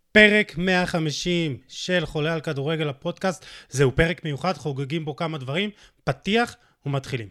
פרק 150 של חולה על כדורגל הפודקאסט. זהו פרק מיוחד, חוגגים בו כמה דברים, פתיח ומתחילים.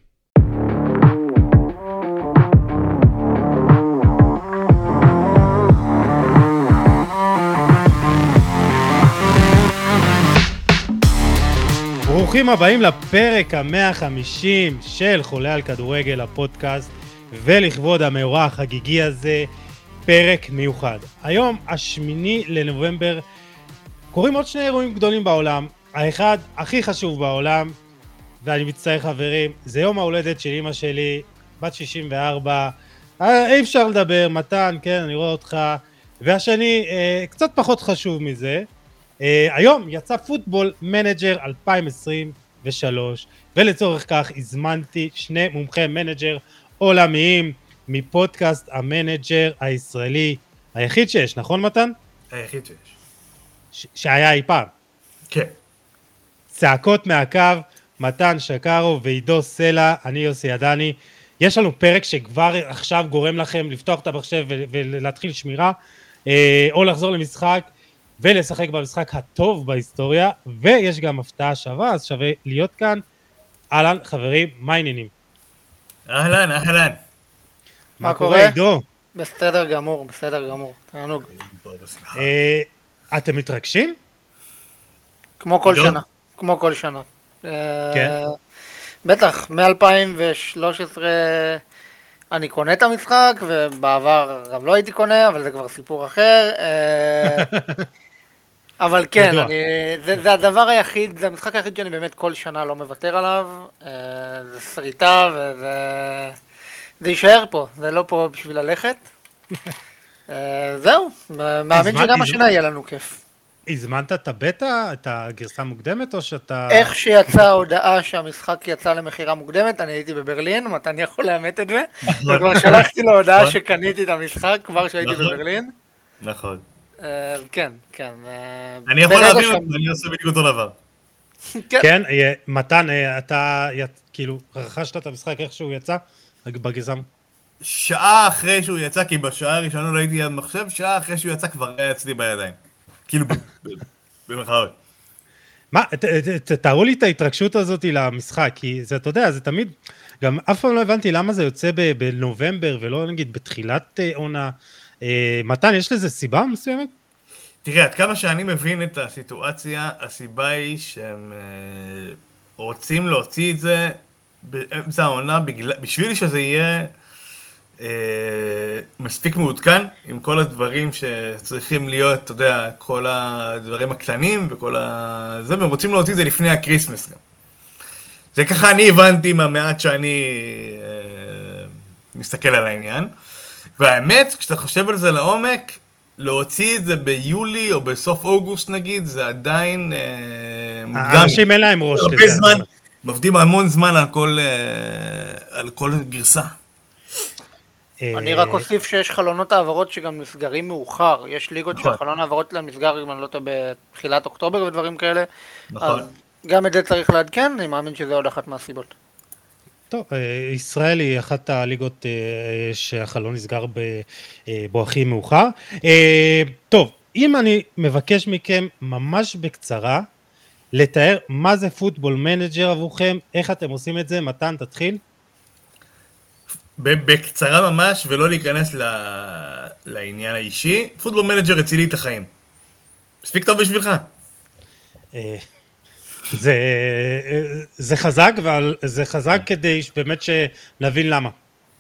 ברוכים הבאים לפרק ה-150 של חולה על כדורגל הפודקאסט, ולכבוד המאורע החגיגי הזה, פרק מיוחד. היום, 8 לנובמבר, קורים עוד שני אירועים גדולים בעולם. האחד הכי חשוב בעולם, ואני מצטער חברים, זה יום ההולדת של אמא שלי, בת 64, אי אפשר לדבר, מתן, כן, אני רואה אותך. והשני, קצת פחות חשוב מזה, היום יצא פוטבול מנג'ר 2023, ולצורך כך הזמנתי שני מומחי מנג'ר עולמיים, מפודקאסט המנג'ר הישראלי היחיד שיש, נכון מתן? היחיד שיש. שהיה אי פעם. כן. צעקות מהקו, מתן שקרו ועידו סלע, אני יוסי עדני. יש לנו פרק שכבר עכשיו גורם לכם לפתוח את המחשב ולהתחיל שמירה, או לחזור למשחק ולשחק במשחק הטוב בהיסטוריה, ויש גם הפתעה שווה, אז שווה להיות כאן. אהלן חברים, מה העניינים? אהלן, אהלן. מה קורה עידו? בסדר גמור, בסדר גמור, תענוג. אתם מתרגשים? כמו כל שנה, כמו כל שנה. כן. בטח, מ-2013 אני קונה את המשחק, ובעבר גם לא הייתי קונה, אבל זה כבר סיפור אחר. אבל כן, זה הדבר היחיד, זה המשחק היחיד שאני באמת כל שנה לא מוותר עליו. זה שריטה זה יישאר פה, זה לא פה בשביל ללכת. זהו, מאמין שגם השנה יהיה לנו כיף. הזמנת את הבטא, את הגרסה המוקדמת, או שאתה... איך שיצאה ההודעה שהמשחק יצא למחירה מוקדמת, אני הייתי בברלין, מתן יכול לאמת את זה, וכבר שלחתי לו הודעה שקניתי את המשחק, כבר שהייתי בברלין. נכון. כן, כן. אני יכול להעביר את זה, אני עושה בדיוק אותו דבר. כן, מתן, אתה כאילו רכשת את המשחק איך שהוא יצא בגזם? שעה אחרי שהוא יצא, כי בשעה הראשונה לא הייתי על מחשב, שעה אחרי שהוא יצא כבר היה אצלי בידיים. כאילו במחאות. מה, תארו לי את ההתרגשות הזאת למשחק, כי זה, אתה יודע, זה תמיד, גם אף פעם לא הבנתי למה זה יוצא בנובמבר, ולא נגיד בתחילת עונה. מתן, יש לזה סיבה מסוימת? תראה, עד כמה שאני מבין את הסיטואציה, הסיבה היא שהם רוצים להוציא את זה באמצע העונה, בשביל שזה יהיה מספיק מעודכן, עם כל הדברים שצריכים להיות, אתה יודע, כל הדברים הקטנים וכל זה, והם רוצים להוציא את זה לפני הקריסמס גם. זה ככה אני הבנתי מהמעט שאני מסתכל על העניין. והאמת, כשאתה חושב על זה לעומק, להוציא את זה ביולי או בסוף אוגוסט נגיד, זה עדיין מוקדם. האנשים אין להם ראש לזה. עובדים המון זמן על כל גרסה. אני רק אוסיף שיש חלונות העברות שגם נסגרים מאוחר. יש ליגות שהחלון העברות להם נסגר, אם אני לא טועה, בתחילת אוקטובר ודברים כאלה. נכון. אז גם את זה צריך לעדכן, אני מאמין שזה עוד אחת מהסיבות. טוב, ישראל היא אחת הליגות שהחלון נסגר בו הכי מאוחר. טוב, אם אני מבקש מכם ממש בקצרה, לתאר מה זה פוטבול מנג'ר עבורכם, איך אתם עושים את זה, מתן, תתחיל. בקצרה ממש, ולא להיכנס לעניין האישי, פוטבול מנג'ר הציל לי את החיים. מספיק טוב בשבילך. זה חזק, וזה חזק כדי באמת שנבין למה.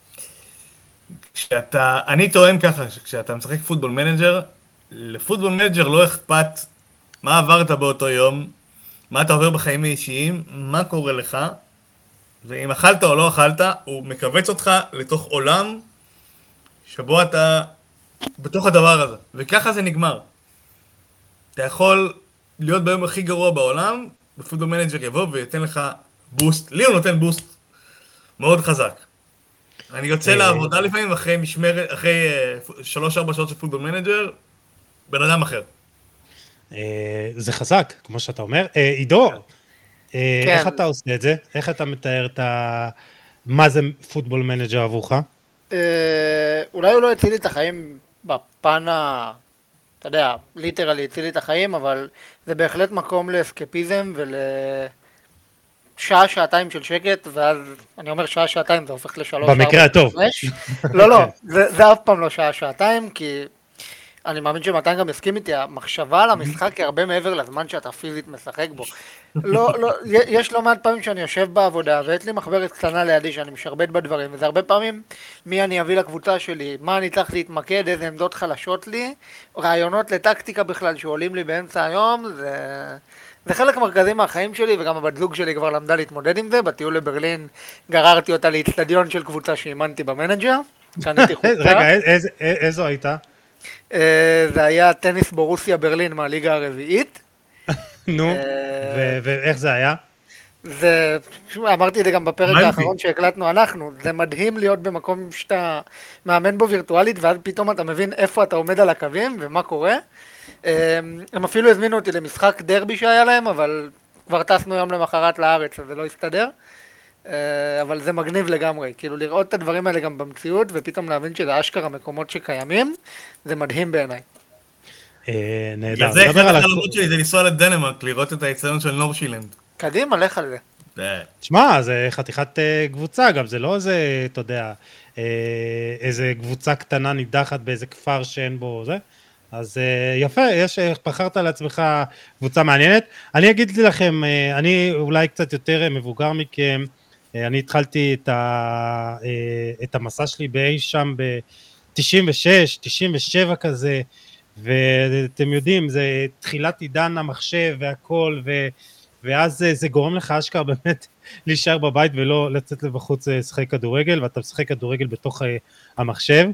אני טוען ככה, כשאתה משחק פוטבול מנג'ר, לפוטבול מנג'ר לא אכפת מה עברת באותו יום, מה אתה עובר בחיים האישיים, מה קורה לך, ואם אכלת או לא אכלת, הוא מקבץ אותך לתוך עולם שבו אתה בתוך הדבר הזה, וככה זה נגמר. אתה יכול להיות ביום הכי גרוע בעולם, בפוטבול מנג'ר יבוא ויתן לך בוסט, לי הוא נותן בוסט מאוד חזק. אני יוצא לעבודה לפעמים אחרי 3-4 שעות של פוטבול מנג'ר, בן אדם אחר. זה חזק, כמו שאתה אומר. עידו, איך אתה עושה את זה? איך אתה מתאר מה זה פוטבול מנג'ר עבורך? אולי הוא לא הציל לי את החיים בפן אתה יודע, ליטרלי הציל לי את החיים, אבל זה בהחלט מקום לאסקפיזם שעה, שעתיים של שקט, ואז אני אומר שעה, שעתיים, זה הופך לשלוש, במקרה הטוב. לא, זה אף פעם לא שעה, שעתיים, כי אני מאמין שמתן גם יסכים איתי, המחשבה על המשחק היא הרבה מעבר לזמן שאתה פיזית משחק בו. לא, יש לא מעט פעמים שאני יושב בעבודה, ויש לי מחברת קטנה לידי שאני משרבט בדברים, וזה הרבה פעמים מי אני אביא לקבוצה שלי, מה אני צריך להתמקד, איזה עמדות חלשות לי, רעיונות לטקטיקה בכלל שעולים לי באמצע היום, זה חלק מרכזי מהחיים שלי, וגם הבת זוג שלי כבר למדה להתמודד עם זה. בטיול לברלין גררתי אותה לאצטדיון של קבוצה שאימנתי במנג'ר. רגע, איזו הייתה? זה היה טניס בורוסיה ברלין מהליגה הרביעית. נו, ואיך זה היה? אמרתי את זה גם בפרק האחרון שהקלטנו אנחנו, זה מדהים להיות במקום שאתה מאמן בו וירטואלית, ואז פתאום אתה מבין איפה אתה עומד על הקווים ומה קורה. הם אפילו הזמינו אותי למשחק דרבי שהיה להם, אבל כבר טסנו יום למחרת לארץ, אז זה לא הסתדר. אבל זה מגניב לגמרי, כאילו לראות את הדברים האלה גם במציאות, ופתאום להבין שזה אשכרה מקומות שקיימים, זה מדהים בעיניי. נהדר. זה אחד החלומות שלי, זה לנסוע לדנמרק, לראות את האצטדיון של נורשילנד. קדימה, לך על זה. תשמע, זה חתיכת קבוצה, גם זה לא איזה, אתה יודע, איזה קבוצה קטנה נידחת באיזה כפר שאין בו זה. אז יפה, בחרת לעצמך קבוצה מעניינת. אני אגיד לכם, אני אולי קצת יותר מבוגר מכם, אני התחלתי את המסע שלי באי שם ב-96, 97 כזה, ואתם יודעים, זה תחילת עידן המחשב והכל, ואז זה גורם לך אשכרה באמת להישאר בבית ולא לצאת לבחוץ לשחק כדורגל, ואתה משחק כדורגל בתוך המחשב,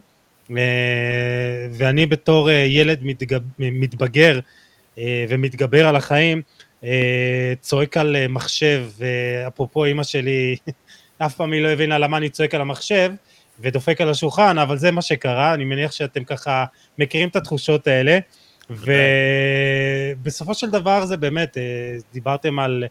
ואני בתור ילד מתבגר ומתגבר על החיים, צועק על מחשב, ואפרופו אמא שלי, אף פעם היא לא הבינה למה אני צועק על המחשב, ודופק על השולחן, אבל זה מה שקרה, אני מניח שאתם ככה מכירים את התחושות האלה, ובסופו של דבר זה באמת, דיברתם על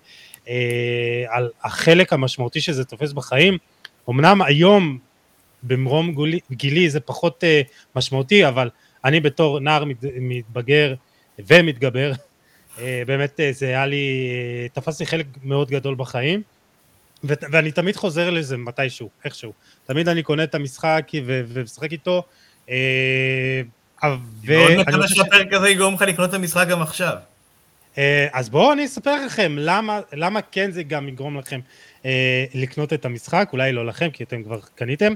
החלק המשמעותי שזה תופס בחיים, אמנם היום במרום גילי זה פחות משמעותי, אבל אני בתור נער מתבגר ומתגבר, באמת זה היה לי, תפס לי חלק מאוד גדול בחיים, ואני תמיד חוזר לזה מתישהו, איכשהו, תמיד אני קונה את המשחק ומשחק איתו, מאוד מקווה שהפרק הזה יגרום לך לקנות את המשחק גם עכשיו. אז בואו אני אספר לכם למה כן זה גם יגרום לכם לקנות את המשחק, אולי לא לכם כי אתם כבר קניתם.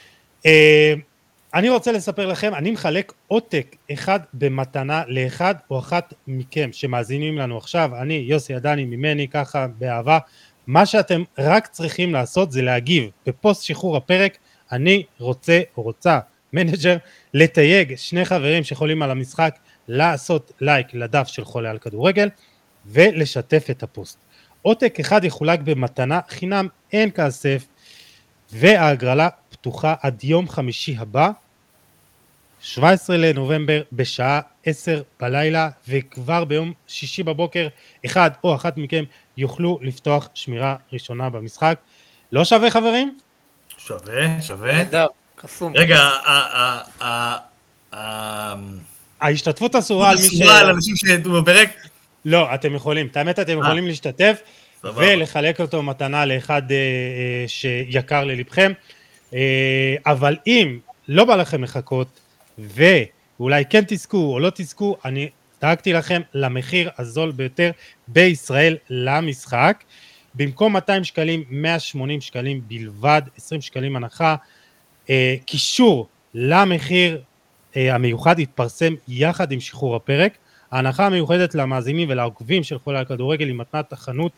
אני רוצה לספר לכם, אני מחלק עותק אחד במתנה לאחד או אחת מכם שמאזינים לנו עכשיו, אני יוסי עדני ממני ככה באהבה, מה שאתם רק צריכים לעשות זה להגיב בפוסט שחרור הפרק, אני רוצה או רוצה מנג'ר לתייג שני חברים שיכולים על המשחק, לעשות לייק לדף של חולה על כדורגל ולשתף את הפוסט. עותק אחד יחולק במתנה חינם, אין כסף, וההגרלה פתוחה עד יום חמישי הבא, 17 לנובמבר בשעה 10 בלילה, וכבר ביום שישי בבוקר אחד או אחת מכם יוכלו לפתוח שמירה ראשונה במשחק. לא שווה חברים? שווה. קסום. רגע, ההשתתפות אסורה על מי אסורה על אנשים שהייתו בפרק? לא, אתם יכולים, האמת אתם יכולים להשתתף ולחלק אותו מתנה לאחד שיקר ללבכם, אבל אם לא בא לכם לחכות ואולי כן תזכו או לא תזכו, אני דאגתי לכם למחיר הזול ביותר בישראל למשחק, במקום 200 שקלים 180 שקלים בלבד, 20 שקלים הנחה, קישור למחיר המיוחד יתפרסם יחד עם שחרור הפרק. ההנחה המיוחדת למאזינים ולעוקבים של חולה על כדורגל היא מתנת החנות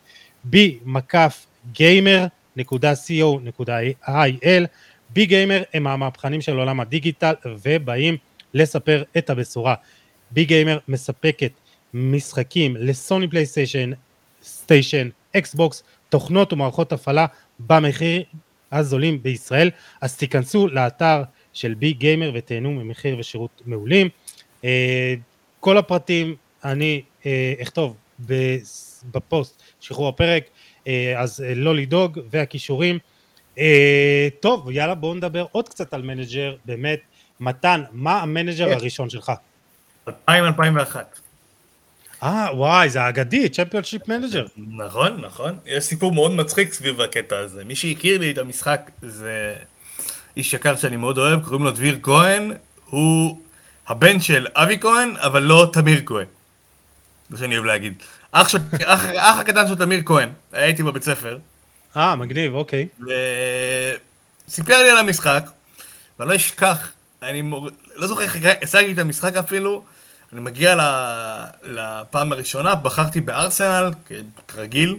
b-gamer.co.il. בי גיימר הם המהפכנים של עולם הדיגיטל ובאים לספר את הבשורה. בי גיימר מספקת משחקים לסוני פלייסטיישן, סטיישן, אקסבוקס, תוכנות ומערכות הפעלה במחיר הזולים בישראל, אז תיכנסו לאתר של בי גיימר ותהנו ממחיר ושירות מעולים. כל הפרטים אני אכתוב בפוסט שחרור הפרק, אז לא לדאוג, והכישורים. טוב, יאללה בואו נדבר עוד קצת על מנג'ר, באמת. מתן, מה המנג'ר הראשון שלך? 2000-2001. וואי, זה אגדי, צ'מפיונשיפ מנג'ר. נכון, נכון. יש סיפור מאוד מצחיק סביב הקטע הזה. מי שהכיר לי את המשחק זה איש יקר שאני מאוד אוהב, קוראים לו דביר כהן. הוא הבן של אבי כהן, אבל לא תמיר כהן. זה שאני אוהב להגיד. אח הקטן של תמיר כהן, הייתי בבית ספר. מגניב, אוקיי. וסיפר לי על המשחק, ואני לא אשכח, לא זוכר איך השגתי את המשחק אפילו, אני מגיע לפעם הראשונה, בחרתי בארסנל, כרגיל,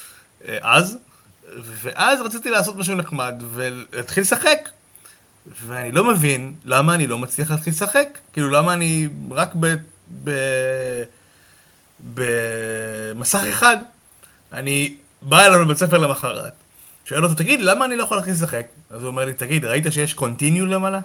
ואז רציתי לעשות משהו נחמד, ולהתחיל לשחק. ואני לא מבין למה אני לא מצליח להתחיל לשחק. כאילו, למה אני רק במסך אחד. אני בא אליו לבית ספר למחרת, שואל אותו, תגיד, למה אני לא יכול להתחיל לשחק? אז הוא אומר לי, תגיד, ראית שיש קונטיניו למעלה?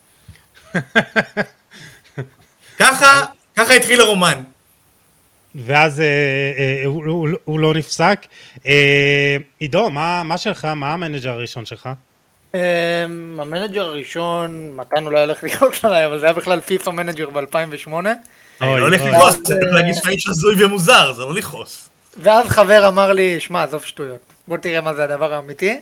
ככה התחיל הרומן. ואז הוא לא נפסק. עידו, מה שלך? מה המנג'ר הראשון שלך? המנג'ר הראשון, מתן אולי הולך לקרות עליי, אבל זה היה בכלל פיפא מנג'ר ב-2008. אני לא הולך לכעוס, צריך להגיד שאתה איש הזוי ומוזר, זה לא לכעוס. ואז חבר אמר לי, שמע, עזוב שטויות, בוא תראה מה זה הדבר האמיתי.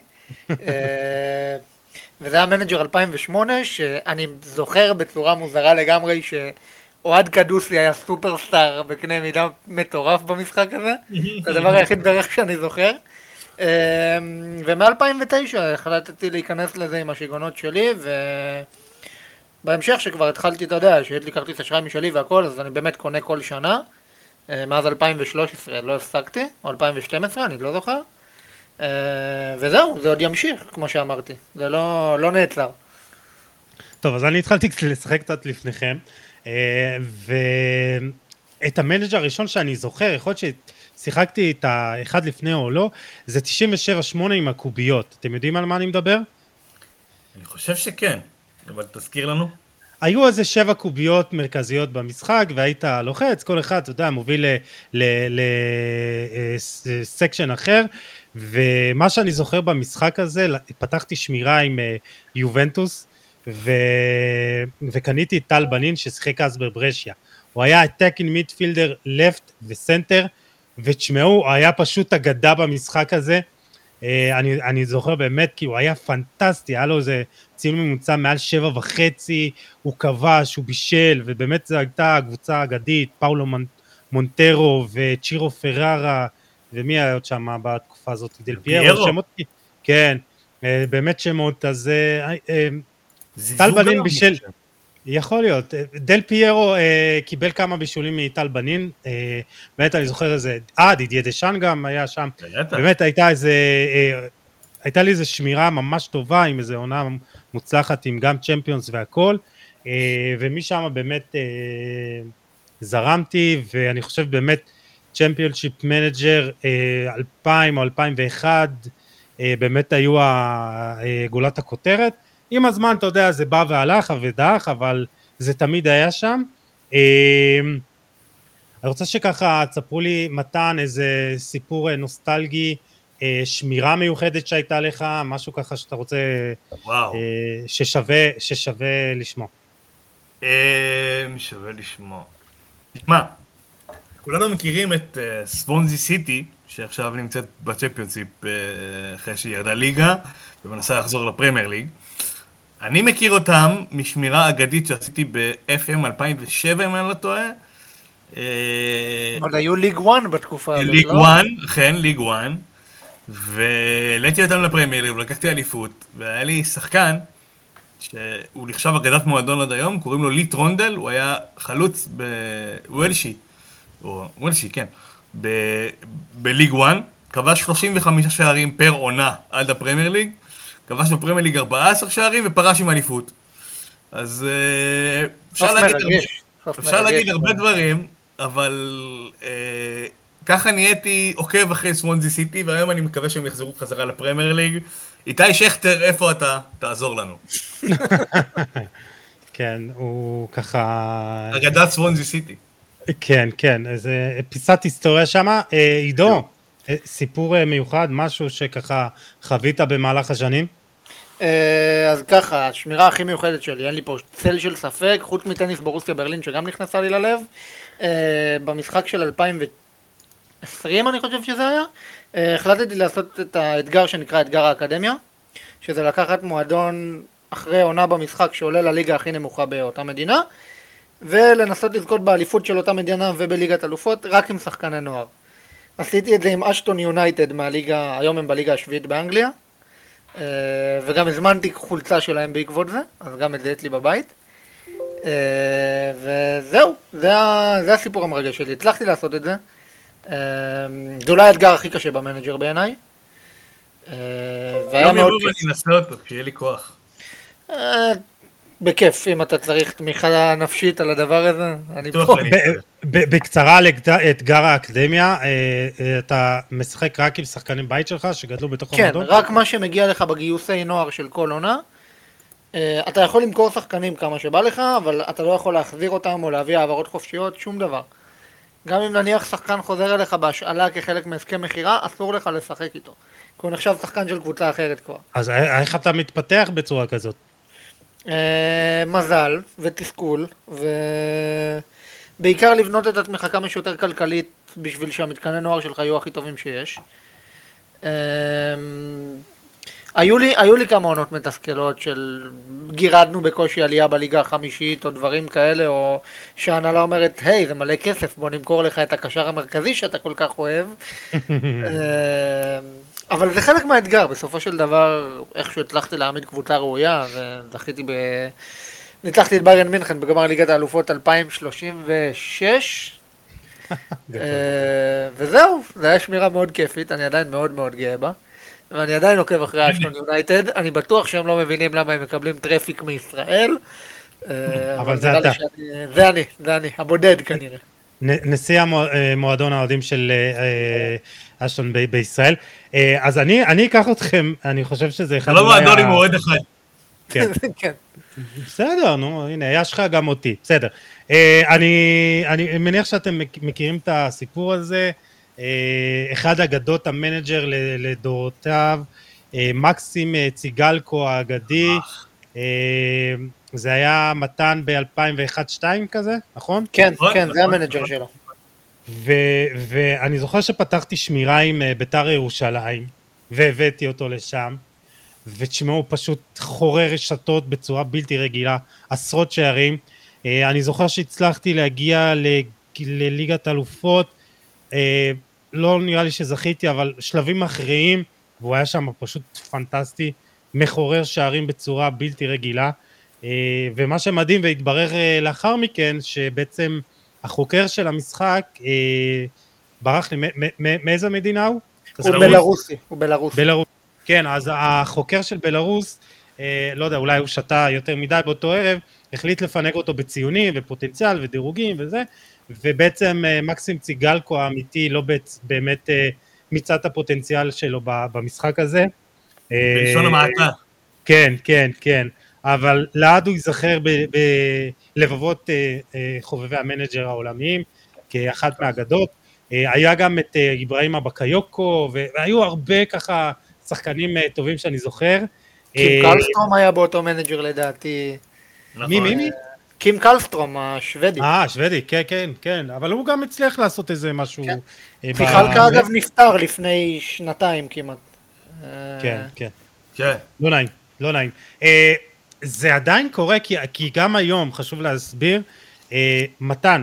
וזה היה מנג'ר 2008, שאני זוכר בצורה מוזרה לגמרי שאוהד קדוסי היה סופרסטאר בקנה מידה מטורף במשחק הזה. זה הדבר היחיד בערך שאני זוכר. ומ-2009 החלטתי להיכנס לזה עם השיגונות שלי, ובהמשך שכבר התחלתי, אתה יודע, שיש לי כרטיס אשראי משלי והכל, אז אני באמת קונה כל שנה. מאז 2013 לא הפסקתי, או 2012, אני לא זוכר. וזהו, זה עוד ימשיך, כמו שאמרתי. זה לא נעצר. טוב, אז אני התחלתי לשחק קצת לפניכם, ואת המנג'ר הראשון שאני זוכר, יכול להיות ששיחקתי את האחד לפני או לא, זה 97-8 עם הקוביות. אתם יודעים על מה אני מדבר? אני חושב שכן, אבל תזכיר לנו. היו איזה 7 קוביות מרכזיות במשחק, והיית לוחץ, כל אחד, אתה יודע, מוביל לסקשן אחר, ומה שאני זוכר במשחק הזה, פתחתי שמירה עם יובנטוס, וקניתי את טל בנין ששיחק אז בברשיה. הוא היה הטקינג מידפילדר, לפט וסנטר, ותשמעו, הוא היה פשוט אגדה במשחק הזה. אני זוכר באמת כי הוא היה פנטסטי, היה לו איזה ציון ממוצע מעל 7.5, הוא כבש, הוא בישל, ובאמת זו הייתה קבוצה אגדית, פאולו מונטרו וצ'ירו פררה, ומי היה עוד שם בתקופה הזאת? דל פיירו, שמות, כן, באמת שמות, אז טל בנין בישל, יכול להיות, דל פיירו קיבל כמה בישולים מטל בנין, באמת אני זוכר איזה, דידיה דשאן גם היה שם, באמת הייתה לי איזו שמירה ממש טובה, עם איזו עונה מוצלחת, עם גם צ'מפיונס והכל, ומשם באמת זרמתי, ואני חושב באמת צ'מפיונשיפ מנג'ר 2000 או 2001, באמת היו גולת הכותרת, עם הזמן, אתה יודע, זה בא והלך ודח, אבל זה תמיד היה שם. אני רוצה שככה תספרו לי, מתן, איזה סיפור נוסטלגי, שמירה מיוחדת שהייתה לך, משהו ככה שאתה רוצה, ששווה לשמוע. שווה לשמוע. תשמע, כולנו מכירים את סוונזי סיטי, שעכשיו נמצאת בצ'מפיונשיפ אחרי שהיא ירדה ליגה, ומנסה לחזור לפרמייר ליג. אני מכיר אותם משמירה אגדית שעשיתי ב-FM 2007, אם אני לא טועה. אבל היו ליג 1 בתקופה הזאת, לא? ליג 1, כן, ליג 1. והעליתי אותם לפרמייר ליג, ולקחתי אליפות, והיה לי שחקן, שהוא נחשב אגדת מועדון עד היום, קוראים לו לי טרונדל, הוא היה חלוץ בוולשי, כן, בליג 1, כבש 35 שערים פר עונה עד הפרמייר ליג, כבש בפרמייר ליג 14 שערים ופרש עם אליפות. אז אפשר להגיד הרבה דברים, אבל ככה נהייתי עוקב אחרי סוונזי סיטי, והיום אני מקווה שהם יחזרו חזרה לפרמייר ליג. איתי שכטר, איפה אתה? תעזור לנו. כן, הוא ככה... אגדת סוונזי סיטי. כן, כן, איזה פיסת היסטוריה שמה. עידו, סיפור מיוחד, משהו שככה חווית במהלך השנים? אז ככה, השמירה הכי מיוחדת שלי, אין לי פה צל של ספק, חוץ מטניס ברוסיה ברלין שגם נכנסה לי ללב, במשחק של 2020 אני חושב שזה היה, החלטתי לעשות את האתגר שנקרא אתגר האקדמיה, שזה לקחת מועדון אחרי עונה במשחק שעולה לליגה הכי נמוכה באותה מדינה, ולנסות לזכות באליפות של אותה מדינה ובליגת אלופות רק עם שחקני נוער. עשיתי את זה עם אשטון יונייטד מהליגה, היום הם בליגה השביעית באנגליה, וגם הזמנתי חולצה שלהם בעקבות זה, אז גם את זה אצלי בבית. וזהו, זה הסיפור המרגש שלי, הצלחתי לעשות את זה. זה אולי האתגר הכי קשה במנג'ר בעיניי. והיה מאוד כיף. אני אנסה אותו, שיהיה לי כוח. בכיף, אם אתה צריך תמיכה נפשית על הדבר הזה, אני פה. בקצרה על אתגר האקדמיה, אתה משחק רק עם שחקנים בית שלך שגדלו בתוך המועדון? כן, רק מה שמגיע לך בגיוסי נוער של כל עונה. אתה יכול למכור שחקנים כמה שבא לך, אבל אתה לא יכול להחזיר אותם או להביא העברות חופשיות, שום דבר. גם אם נניח שחקן חוזר אליך בהשאלה כחלק מהסכם מחירה, אסור לך לשחק איתו. כי הוא נחשב שחקן של קבוצה אחרת כבר. אז איך אתה מתפתח בצורה כזאת? מזל ותסכול, ובעיקר לבנות את עצמך כמה שיותר כלכלית בשביל שהמתקני נוער שלך יהיו הכי טובים שיש. היו לי כמה עונות מתסכלות של גירדנו בקושי עלייה בליגה החמישית או דברים כאלה, או שההנהלה אומרת, היי, זה מלא כסף, בוא נמכור לך את הקשר המרכזי שאתה כל כך אוהב. אבל זה חלק מהאתגר, בסופו של דבר, איכשהו הצלחתי להעמיד קבוצה ראויה, ניצחתי את ביירן מינכן בגמר ליגת האלופות 2036, וזהו, זה היה שמירה מאוד כיפית, אני עדיין מאוד מאוד גאה בה, ואני עדיין עוקב אחרי אשטון יונייטד, אני בטוח שהם לא מבינים למה הם מקבלים טראפיק מישראל, אבל זה אתה. זה אני, הבודד כנראה. נשיא מועדון האוהדים של אשטון בישראל. אז אני אקח אתכם, אני חושב שזה אחד... לא מועדון עם אוהד אחד. כן. בסדר, נו, הנה, יש לך גם אותי, בסדר. אני מניח שאתם מכירים את הסיפור הזה, אחד אגדות המנג'ר לדורותיו, מקסים ציגלקו האגדי, זה היה מתן ב-2001-2002 כזה, נכון? כן, זה המנג'ר שלו. ואני זוכר שפתחתי שמירה עם בית"ר ירושלים, והבאתי אותו לשם, ותשמעו, הוא פשוט חורר רשתות בצורה בלתי רגילה, עשרות שערים. אני זוכר שהצלחתי להגיע לליגת אלופות, לא נראה לי שזכיתי, אבל שלבים מכריעים, והוא היה שם פשוט פנטסטי, מחורר שערים בצורה בלתי רגילה, ומה שמדהים והתברר לאחר מכן, שבעצם החוקר של המשחק, ברח לי, מאיזה מדינה הוא? הוא בלרוסי. בלרוס. כן, אז החוקר של בלרוס, לא יודע, אולי הוא שתה יותר מדי באותו ערב, החליט לפנק אותו בציונים ופוטנציאל ודירוגים וזה, ובעצם מקסים ציגלקו האמיתי לא באמת מיצה את הפוטנציאל שלו במשחק הזה. בלשון המעטה. כן, אבל לעד הוא ייזכר בלבבות חובבי המנג'ר העולמיים, כאחת מהאגדות. היה גם את איברהים בקיוקו, והיו הרבה ככה שחקנים טובים שאני זוכר. קים קלסטרום היה באותו מנג'ר לדעתי. מי? קים קלסטרום, השוודי. השוודי, כן, אבל הוא גם הצליח לעשות איזה משהו. פיחלקה אגב נפטר לפני שנתיים כמעט. כן. לא נעים. זה עדיין קורה, כי גם היום, חשוב להסביר, מתן,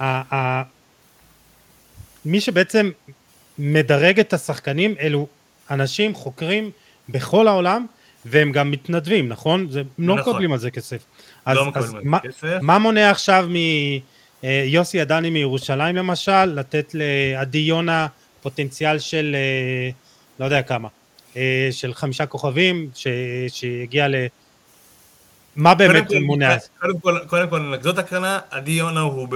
מי שבעצם מדרג את השחקנים, אלו אנשים חוקרים בכל העולם, והם גם מתנדבים, נכון? הם לא מקבלים על זה כסף. אז מה מונע עכשיו מיוסי עדני מירושלים למשל, לתת לעדי יונה פוטנציאל של, לא יודע כמה, של 5 כוכבים, שהגיע ל... מה באמת מונע? קודם כל, נקדות הקרנה, עדי יונה הוא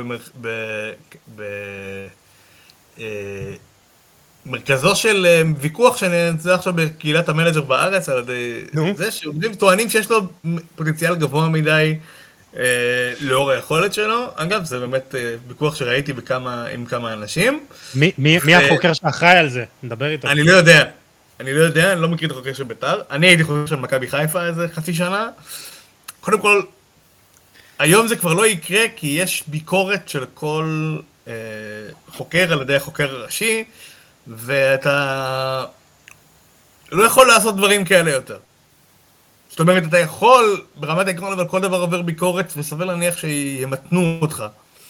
במרכזו של ויכוח שנמצא עכשיו בקהילת המנג'ר בארץ, על זה שעובדים טוענים שיש לו פוטנציאל גבוה מדי לאור היכולת שלו. אגב, זה באמת ויכוח שראיתי עם כמה אנשים. מי החוקר שאחראי על זה? נדבר איתו. אני לא יודע. אני לא יודע, אני לא מכיר את החוקר של בית"ר. אני הייתי חוקר של מכבי חיפה איזה חצי שנה. קודם כל, היום זה כבר לא יקרה, כי יש ביקורת של כל חוקר על ידי החוקר הראשי, ואתה לא יכול לעשות דברים כאלה יותר. זאת אומרת, אתה יכול, ברמת העקרון, אבל כל דבר עובר ביקורת, וסביר להניח שימתנו אותך.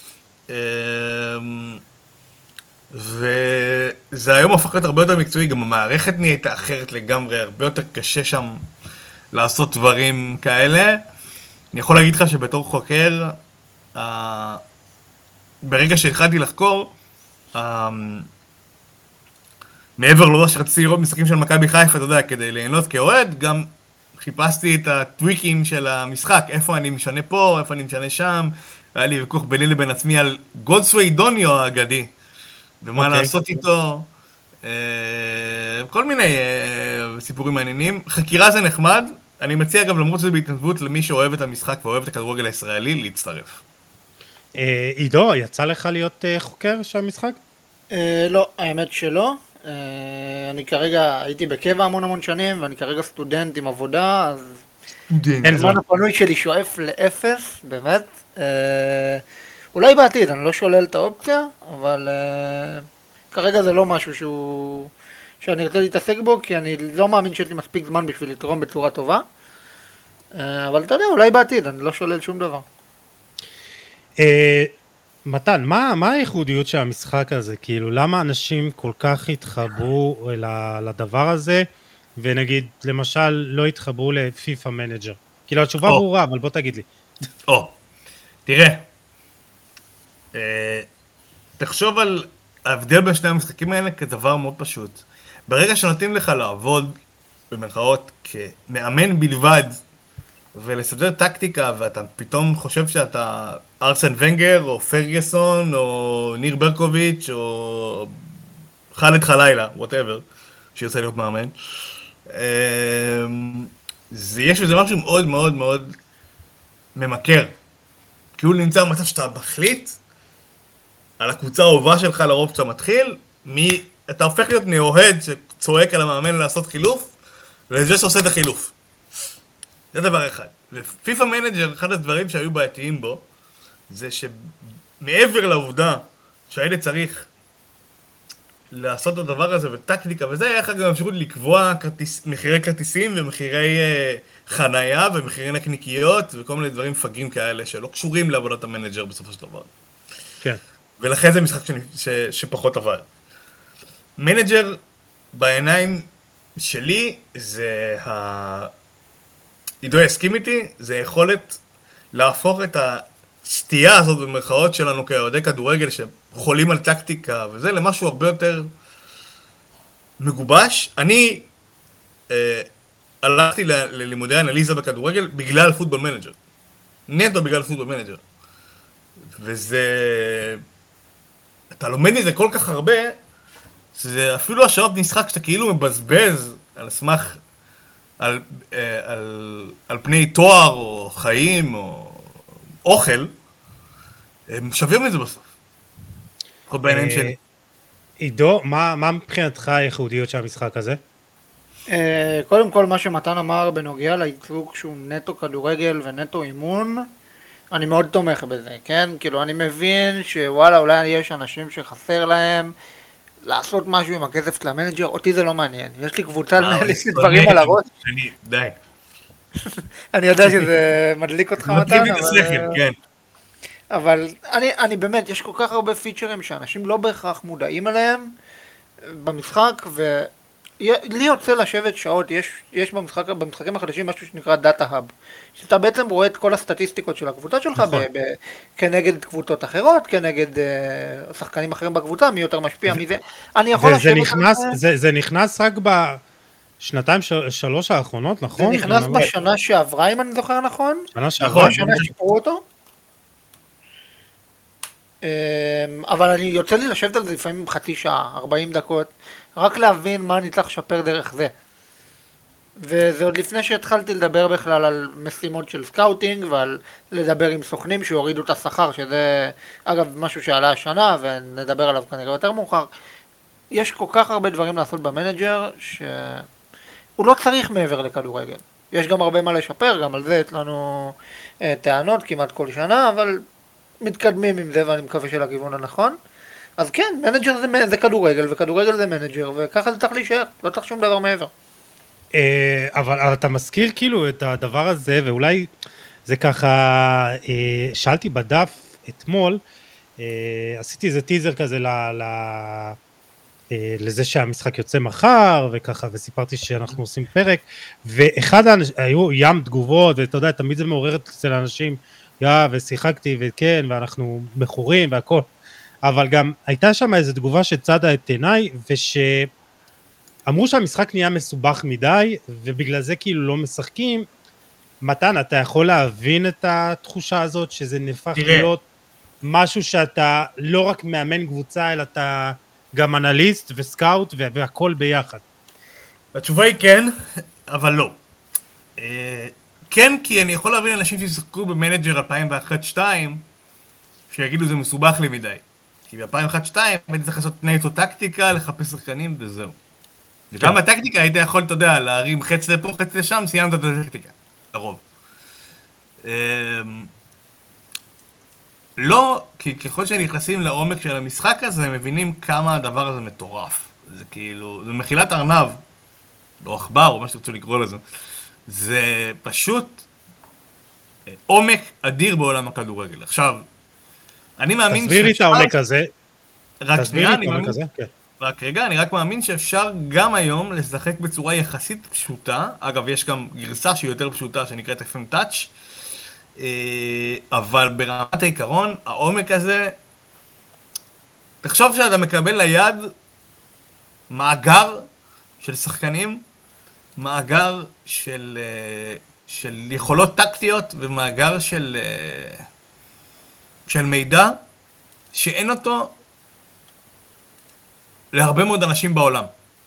וזה היום הפך להיות הרבה יותר מקצועי, גם המערכת נהייתה אחרת לגמרי, הרבה יותר קשה שם לעשות דברים כאלה. אני יכול להגיד לך שבתור חוקר, ברגע שהתחלתי לחקור, מעבר למה שרציתי לראות משחקים של מכבי חיפה, אתה יודע, כדי ליהנות כאוהד, גם חיפשתי את הטוויקים של המשחק, איפה אני משנה פה, איפה אני משנה שם. היה לי ויכוח ביני לבין עצמי על גודסווי דוניו האגדי, ומה לעשות איתו, כל מיני סיפורים מעניינים. חקירה זה נחמד, אני מציע גם למרות שזה בהתנדבות למי שאוהב את המשחק ואוהב את הכדורגל הישראלי, להצטרף. עידו, יצא לך להיות חוקר של המשחק? לא, האמת שלא. אני כרגע הייתי בקבע המון שנים, ואני כרגע סטודנט עם עבודה, אז הזמן הפנוי שלי שואף לאפס, באמת. אולי בעתיד, אני לא שולל את האופציה, אבל כרגע זה לא משהו שאני רוצה להתעסק בו, כי אני לא מאמין שיש לי מספיק זמן בשביל לתרום בצורה טובה. אבל אתה יודע, אולי בעתיד, אני לא שולל שום דבר. מתן, מה הייחודיות של המשחק הזה? כאילו, למה אנשים כל כך התחברו לדבר הזה, ונגיד, למשל, לא התחברו לפיפא מנג'ר? כאילו, התשובה ברורה, אבל בוא תגיד לי. תראה, תחשוב על ההבדל בין שני המשחקים האלה כדבר מאוד פשוט. ברגע שנותנים לך לעבוד, במרכאות, כמאמן בלבד, ולסדר טקטיקה, ואתה פתאום חושב שאתה ארסן ונגר, או פרגוסון, או ניר ברקוביץ', או חאלד חלילה, whatever, שירצה להיות מאמן. יש בזה משהו מאוד מאוד מאוד ממכר. כי הוא נמצא במצב שאתה מחליט על הקבוצה האהובה שלך לרוב כשאתה מתחיל, אתה הופך להיות מאוהד שצועק על המאמן לעשות חילוף, לזה שעושה את החילוף. זה דבר אחד. ופיפא מנג'ר, אחד הדברים שהיו בעייתיים בו, זה שמעבר לעובדה שהילד צריך לעשות את הדבר הזה וטקטיקה וזה, היה לך גם אפשרות לקבוע מחירי כרטיסים ומחירי חנייה ומחירי נקניקיות וכל מיני דברים מפגרים כאלה שלא קשורים לעבודת המנג'ר בסופו של דבר. כן. ולכן זה משחק שפחות עבד. מנג'ר בעיניים שלי זה עידו יסכים איתי, זה יכולת להפוך את הסטייה הזאת במרכאות שלנו כאוהדי כדורגל שחולים על טקטיקה וזה למשהו הרבה יותר מגובש. אני הלכתי ללימודי אנליזה בכדורגל בגלל פוטבול מנג'ר. נטו בגלל פוטבול מנג'ר. וזה... אתה לומד מזה כל כך הרבה, שזה אפילו השעות משחק שאתה כאילו מבזבז על סמך... על פני תואר או חיים או אוכל, הם שווים את זה בסוף. כל בעיניים שלי. עידו, מה מבחינתך הייחודיות של המשחק הזה? קודם כל, מה שמתן אמר בנוגע לייצוג שהוא נטו כדורגל ונטו אימון, אני מאוד תומך בזה, כן? כאילו, אני מבין שוואלה, אולי יש אנשים שחסר להם לעשות משהו עם הכסף של המנג'ר, אותי זה לא מעניין. יש לי קבוצה לנהל דברים על הראש. די. אני יודע שזה מדליק אותך מתן, כן. אבל אני באמת, יש כל כך הרבה פיצ'רים שאנשים לא בהכרח מודעים עליהם במשחק, ולי יוצא לשבת שעות, יש במשחקים החדשים משהו שנקרא דאטה האב, שאתה בעצם רואה את כל הסטטיסטיקות של הקבוצה שלך, כנגד קבוצות אחרות, כנגד שחקנים אחרים בקבוצה, מי יותר משפיע, מי זה, אני יכול לשבת על זה. זה נכנס רק בשנתיים, שלוש האחרונות, נכון? זה נכנס בשנה שעברה, אם אני זוכר נכון. שנה שעברה. שנה שיפרו אותו. אבל אני יוצא לי לשבת על זה לפעמים חצי שעה, 40 דקות, רק להבין מה אני צריך לשפר דרך זה. וזה עוד לפני שהתחלתי לדבר בכלל על משימות של סקאוטינג, ועל לדבר עם סוכנים שיורידו את השכר, שזה אגב משהו שעלה השנה, ונדבר עליו כנראה יותר מאוחר. יש כל כך הרבה דברים לעשות במנג'ר, שהוא לא צריך מעבר לכדורגל. יש גם הרבה מה לשפר, גם על זה יש לנו טענות כמעט כל שנה, אבל מתקדמים עם זה ואני מקווה שלכיוון הנכון. אז כן, מנג'ר זה כדורגל, וכדורגל זה מנג'ר, וככה זה צריך להישאר, לא צריך שום דבר מעבר. אבל אתה מזכיר כאילו את הדבר הזה, ואולי זה ככה, שאלתי בדף אתמול, עשיתי איזה טיזר כזה לזה שהמשחק יוצא מחר, וככה, וסיפרתי שאנחנו עושים פרק, ואחד היו ים תגובות, ואתה יודע, תמיד זה מעורר אצל האנשים, ושיחקתי, וכן, ואנחנו מכורים, והכל, אבל גם הייתה שם איזו תגובה שצדה את עיניי, אמרו שהמשחק נהיה מסובך מדי, ובגלל זה כאילו לא משחקים. מתן, אתה יכול להבין את התחושה הזאת, שזה נהפך להיות משהו שאתה לא רק מאמן קבוצה, אלא אתה גם אנליסט וסקאוט והכל ביחד. התשובה היא כן, אבל לא. כן, כי אני יכול להבין אנשים ששיחקו במנג'ר 2001-2002, שיגידו זה מסובך לי מדי. כי ב-2001-2002 הייתי צריך לעשות נטו טקטיקה, לחפש שחקנים וזהו. וגם בטקטיקה היית יכול, אתה יודע, להרים חץ לפה, חץ לשם, סיימת את הטקטיקה, לרוב. לא, כי ככל שנכנסים לעומק של המשחק הזה, הם מבינים כמה הדבר הזה מטורף. זה כאילו, זה מחילת ארנב, או עכבר, או מה שתרצו לקרוא לזה. זה פשוט עומק אדיר בעולם הכדורגל. עכשיו, אני מאמין תסביר לי את העומק הזה. רק שנייה, אני מאמין... רק רגע, אני רק מאמין שאפשר גם היום לשחק בצורה יחסית פשוטה. אגב, יש גם גרסה שהיא יותר פשוטה, שנקראת FM Touch. אבל ברמת העיקרון, העומק הזה, תחשוב שאתה מקבל ליד מאגר של שחקנים, מאגר של יכולות טקטיות, ומאגר של מידע, שאין אותו להרבה מאוד אנשים בעולם.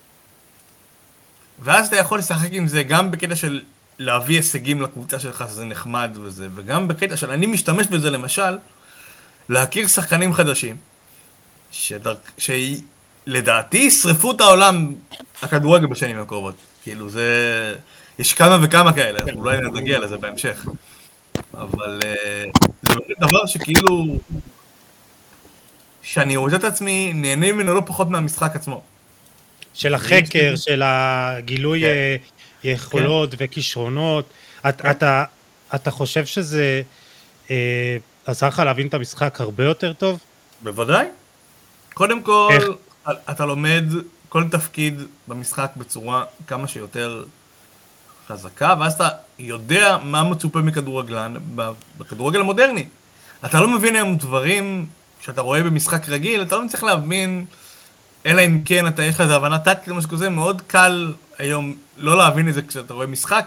ואז אתה יכול לשחק עם זה גם בקטע של להביא הישגים לקבוצה שלך, שזה נחמד וזה, וגם בקטע של אני משתמש בזה למשל, להכיר שחקנים חדשים, שלדעתי ישרפו את העולם הכדורגל בשנים הקרובות. כאילו זה... יש כמה וכמה כאלה, אולי נגיע לזה בהמשך. אבל זה דבר שכאילו... שאני רואה את עצמי נהנה ממנו לא פחות מהמשחק עצמו. של החקר, של הגילוי יכולות וכישרונות. אתה חושב שזה עזר לך להבין את המשחק הרבה יותר טוב? בוודאי. קודם כל, אתה לומד כל תפקיד במשחק בצורה כמה שיותר חזקה, ואז אתה יודע מה מצופה מכדורגלן בכדורגל המודרני. אתה לא מבין היום דברים... שאתה רואה במשחק רגיל, אתה לא צריך להבין, אלא אם כן אתה יש לך איזו הבנה טקטית, משהו כזה, מאוד קל היום לא להבין את זה כשאתה רואה משחק,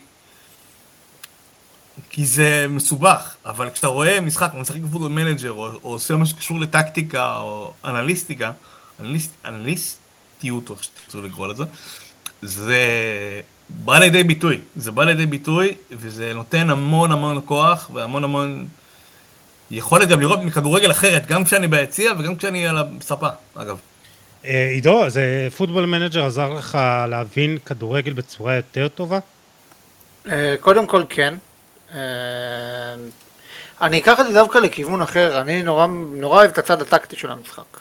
כי זה מסובך, אבל כשאתה רואה משחק, משחק בפוטבול מנג'ר, או עושה משהו שקשור לטקטיקה, או אנליסטיקה, אנליסטיות, או שתרצו לקרוא לזה, זה בא לידי ביטוי, וזה נותן המון המון כוח, והמון המון... יכולת גם לראות מכדורגל אחרת, גם כשאני ביציע וגם כשאני על הספה, אגב. עידו, זה פוטבול מנג'ר עזר לך להבין כדורגל בצורה יותר טובה? קודם כל כן. אני אקח את זה דווקא לכיוון אחר, אני נורא אוהב את הצד הטקטי של המשחק.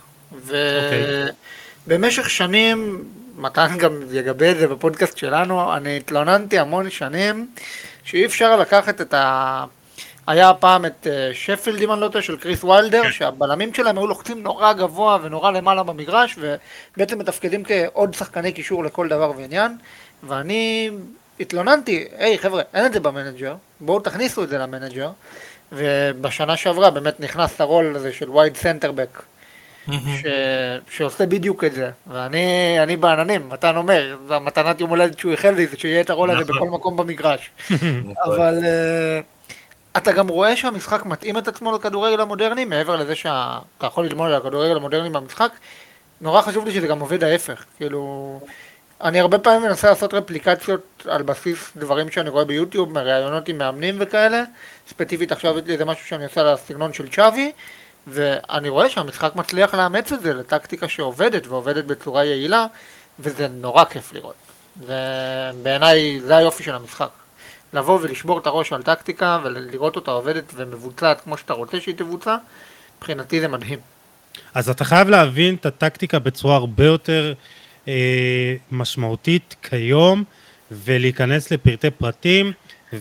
ובמשך שנים, מתן גם יגבה את זה בפודקאסט שלנו, אני התלוננתי המון שנים שאי אפשר לקחת את היה פעם את שפילד, אם אני לא טועה, של קריס ויילדר, שהבלמים שלהם היו לוחצים נורא גבוה ונורא למעלה במגרש, ובעצם מתפקדים כעוד שחקני קישור לכל דבר ועניין, ואני התלוננתי, היי חבר'ה, אין את זה במנג'ר, בואו תכניסו את זה למנג'ר, ובשנה שעברה באמת נכנס הרול הזה של וייד סנטרבק, שעושה בדיוק את זה, ואני בעננים, מתן אומר, זה המתנת יום הולדת שהוא איחל לי, זה שיהיה את הרול הזה בכל מקום במגרש, אבל... אתה גם רואה שהמשחק מתאים את עצמו לכדורגל המודרני, מעבר לזה שאתה יכול ללמוד על הכדורגל המודרני במשחק, נורא חשוב לי שזה גם עובד ההפך, כאילו, אני הרבה פעמים מנסה לעשות רפליקציות על בסיס דברים שאני רואה ביוטיוב, מראיונות עם מאמנים וכאלה, ספציפית עכשיו זה משהו שאני עושה לסגנון של צ'אבי, ואני רואה שהמשחק מצליח לאמץ את זה לטקטיקה שעובדת ועובדת בצורה יעילה, וזה נורא כיף לראות. ובעיניי זה היופי של המשחק. לבוא ולשבור את הראש על טקטיקה ולראות אותה עובדת ומבוצעת כמו שאתה רוצה שהיא תבוצע, מבחינתי זה מדהים. אז אתה חייב להבין את הטקטיקה בצורה הרבה יותר משמעותית כיום, ולהיכנס לפרטי פרטים,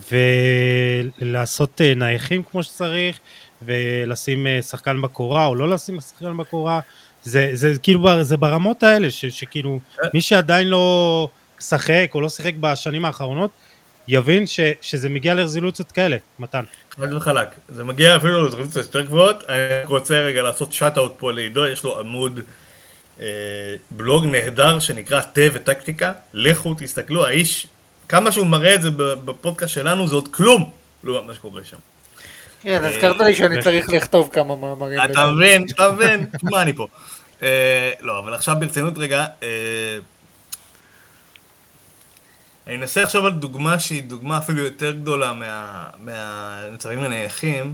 ולעשות נייחים כמו שצריך, ולשים שחקן בקורה או לא לשים שחקן בקורה. זה כאילו, זה ברמות האלה, שכאילו מי שעדיין לא שחק או לא שיחק בשנים האחרונות, יבין שזה מגיע לרזולוציות כאלה, מתן. חד וחלק, זה מגיע אפילו לרזולוציות יותר גבוהות. אני רוצה רגע לעשות שאט-אוט פה לעידו, יש לו עמוד בלוג נהדר שנקרא תה וטקטיקה, לכו תסתכלו, האיש, כמה שהוא מראה את זה בפודקאסט שלנו, זה עוד כלום, לא מה שקורה שם. כן, הזכרת לי שאני צריך לכתוב כמה מאמרים. אתה מבין, מה אני פה? לא, אבל עכשיו ברצינות רגע, אני אנסה עכשיו על דוגמה שהיא דוגמה אפילו יותר גדולה מהמצבים הנייחים.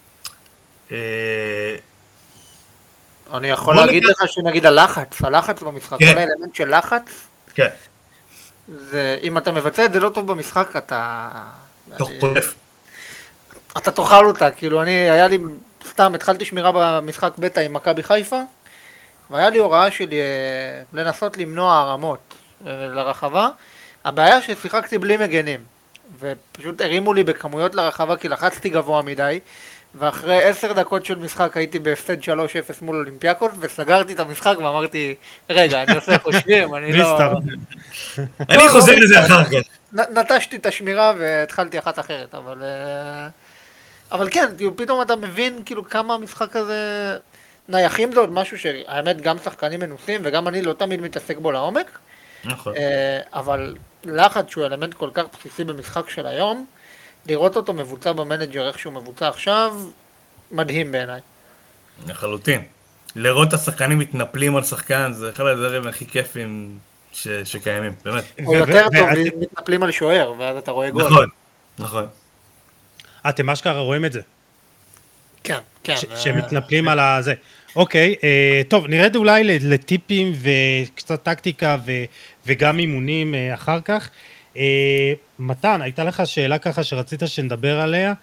אני יכול להגיד לך שנגיד הלחץ במשחק, כל האלמנט של לחץ, כן. אם אתה מבצע את זה לא טוב במשחק, אתה... תחטוף. אתה תאכל אותה, כאילו היה לי, סתם התחלתי שמירה במשחק בטא עם מכבי חיפה, והיה לי הוראה שלי לנסות למנוע הרמות לרחבה. הבעיה ששיחקתי בלי מגנים, ופשוט הרימו לי בכמויות לרחבה כי לחצתי גבוה מדי, ואחרי 10 דקות של משחק הייתי בהפסד 3-0 מול אולימפיאקוס, וסגרתי את המשחק ואמרתי, רגע, אני עושה חושבים, אני לא... אני חוזר לזה אחר כך. נטשתי את השמירה והתחלתי אחת אחרת, אבל כן, פתאום אתה מבין כאילו כמה המשחק הזה... נייחים זה עוד משהו שהאמת גם שחקנים מנוסים, וגם אני לא תמיד מתעסק בו לעומק, נכון. אבל לחץ שהוא אלמנט כל כך בסיסי במשחק של היום, לראות אותו מבוצע במנג'ר איך שהוא מבוצע עכשיו, מדהים בעיניי. לחלוטין. לראות את השחקנים מתנפלים על שחקן, זה אחד הדברים הכי כיפים שקיימים, באמת. או יותר טוב, מתנפלים על שוער, ואז אתה רואה גול. נכון. אתם אשכרה רואים את זה? כן, כן. שמתנפלים על הזה. אוקיי, טוב, נרד אולי לטיפים וקצת טקטיקה וגם אימונים אחר כך. מתן, הייתה לך שאלה ככה שרצית שנדבר עליה.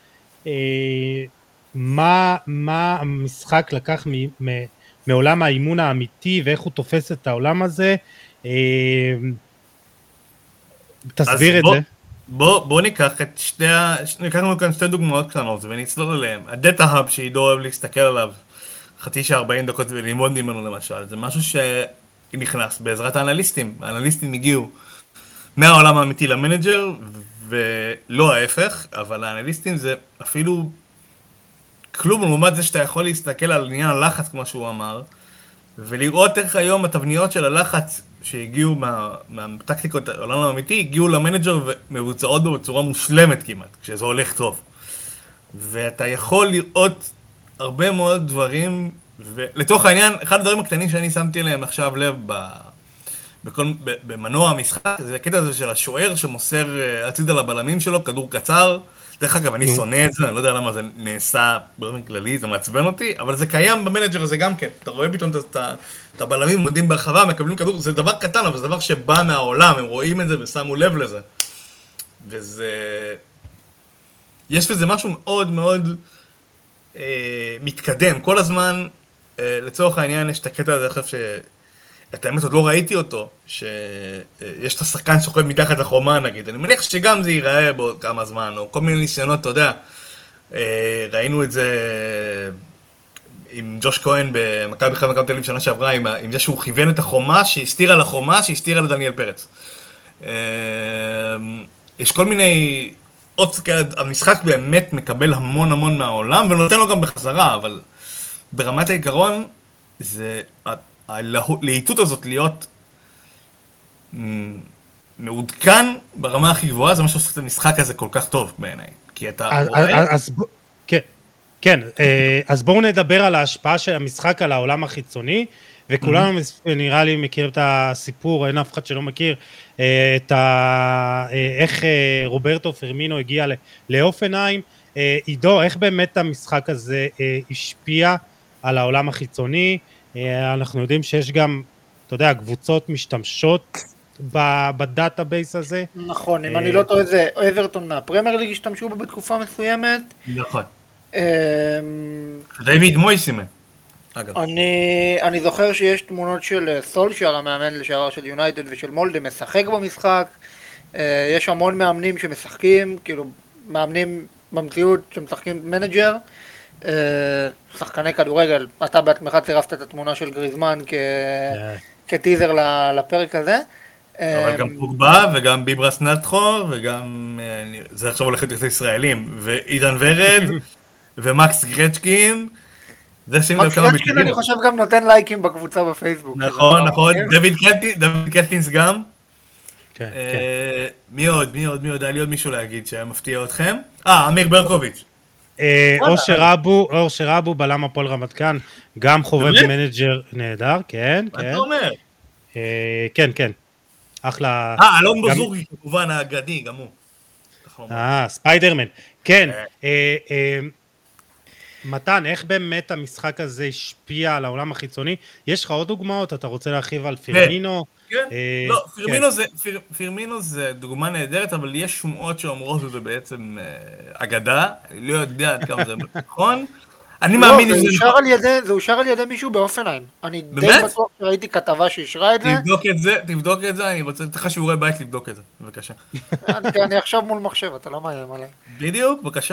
מה המשחק לקח מעולם האימון האמיתי ואיך הוא תופס את העולם הזה? תסביר את זה. בוא ניקח את ניקחנו כאן שתי דוגמאות קטנות ונצלול עליהן. הדאטה האב שעידו אוהב להסתכל עליו חצי שעה 40 דקות וללמוד ממנו למשל, זה משהו שנכנס בעזרת האנליסטים. האנליסטים הגיעו מהעולם האמיתי למנג'ר ולא ההפך, אבל האנליסטים זה אפילו כלום לעומת זה שאתה יכול להסתכל על עניין הלחץ כמו שהוא אמר, ולראות איך היום התבניות של הלחץ שהגיעו מהטקטיקות העולם האמיתי, הגיעו למנג'ר ומבוצעות בו בצורה מושלמת כמעט, כשזה הולך טוב. ואתה יכול לראות הרבה מאוד דברים, ולתוך העניין, אחד הדברים הקטנים שאני שמתי להם עכשיו לב במנוע המשחק, זה הקטע הזה של השוער שמוסר הצידה לבלמים שלו, כדור קצר. דרך אגב, אני שונא את זה, אני לא יודע למה זה נעשה באופן כללי, זה מעצבן אותי, אבל זה קיים במנג'ר הזה גם כן. אתה רואה פתאום את הבלמים עומדים ברחבה, מקבלים כדור, זה דבר קטן, אבל זה דבר שבא מהעולם, הם רואים את זה ושמו לב לזה. וזה... יש בזה משהו מאוד מאוד מתקדם. כל הזמן, לצורך העניין, יש את הקטע הזה, אני חושב את האמת עוד לא ראיתי אותו, שיש את השחקן שוכב מתחת לחומה נגיד, אני מניח שגם זה ייראה בעוד כמה זמן, או כל מיני ניסיונות, אתה יודע, ראינו את זה עם ג'וש כהן במכבי חיפה ומכבי תל אביב שנה שעברה, עם זה שהוא כיוון את החומה, שהסתירה לחומה, שהסתירה לדניאל פרץ. יש כל מיני המשחק באמת מקבל המון המון מהעולם, ונותן לו גם בחזרה, אבל ברמת העיקרון, זה... הלהיטות הזאת להיות מעודכן ברמה הכי גבוהה, זה מה שעושה את המשחק הזה כל כך טוב בעיניי. כי אתה רואה... כן, אז בואו נדבר על ההשפעה של המשחק על העולם החיצוני, וכולנו נראה לי מכיר את הסיפור, אין אף אחד שלא מכיר, איך רוברטו פרמינו הגיע לאופנהיים. עידו, איך באמת המשחק הזה השפיע על העולם החיצוני, אנחנו יודעים שיש גם, אתה יודע, קבוצות משתמשות בדאטאבייס הזה. נכון, אם אני לא טועה זה אברטון מהפרמייר ליג השתמשו בו בתקופה מסוימת. נכון. דיוויד מויסימן, אגב. אני זוכר שיש תמונות של סולשייר, המאמן לשעבר של יונייטד ושל מולדה, משחק במשחק. יש המון מאמנים שמשחקים, כאילו מאמנים במציאות שמשחקים מנג'ר. שחקני כדורגל, אתה בעצמך צירפת את התמונה של גריזמן כטיזר לפרק הזה. אבל גם פוגבה וגם ביברס נטחור וגם, זה עכשיו הולך להיות ישראלים, ועידן ורד ומקס גרצ'קין. מקס גרצ'קין אני חושב גם נותן לייקים בקבוצה בפייסבוק. נכון, נכון, דוד קלטינס גם. מי עוד? היה לי עוד מישהו להגיד שהיה מפתיע אתכם? אמיר ברקוביץ'. אושר אבו בלם הפועל רמת גן, גם חובב מנג'ר נהדר, כן, מה אתה אומר? כן, אחלה. אלון בוזורי, כמובן האגדי, גם הוא. ספיידרמן, כן. מתן, איך באמת המשחק הזה השפיע על העולם החיצוני? יש לך עוד דוגמאות? אתה רוצה להרחיב על פירמינו? כן, לא, פירמינו זה דוגמה נהדרת, אבל יש שמועות שאומרות שזה בעצם אגדה, אני לא יודע עד כמה זה נכון. אני מאמין שזה נכון. זה אושר על ידי מישהו באופנהיים. אני די בטוח שראיתי כתבה שאישרה את זה. תבדוק את זה, אני רוצה לתת לך שיעורי בית לבדוק את זה, בבקשה. אני עכשיו מול מחשב, אתה לא מאיים עליי. בדיוק, בבקשה.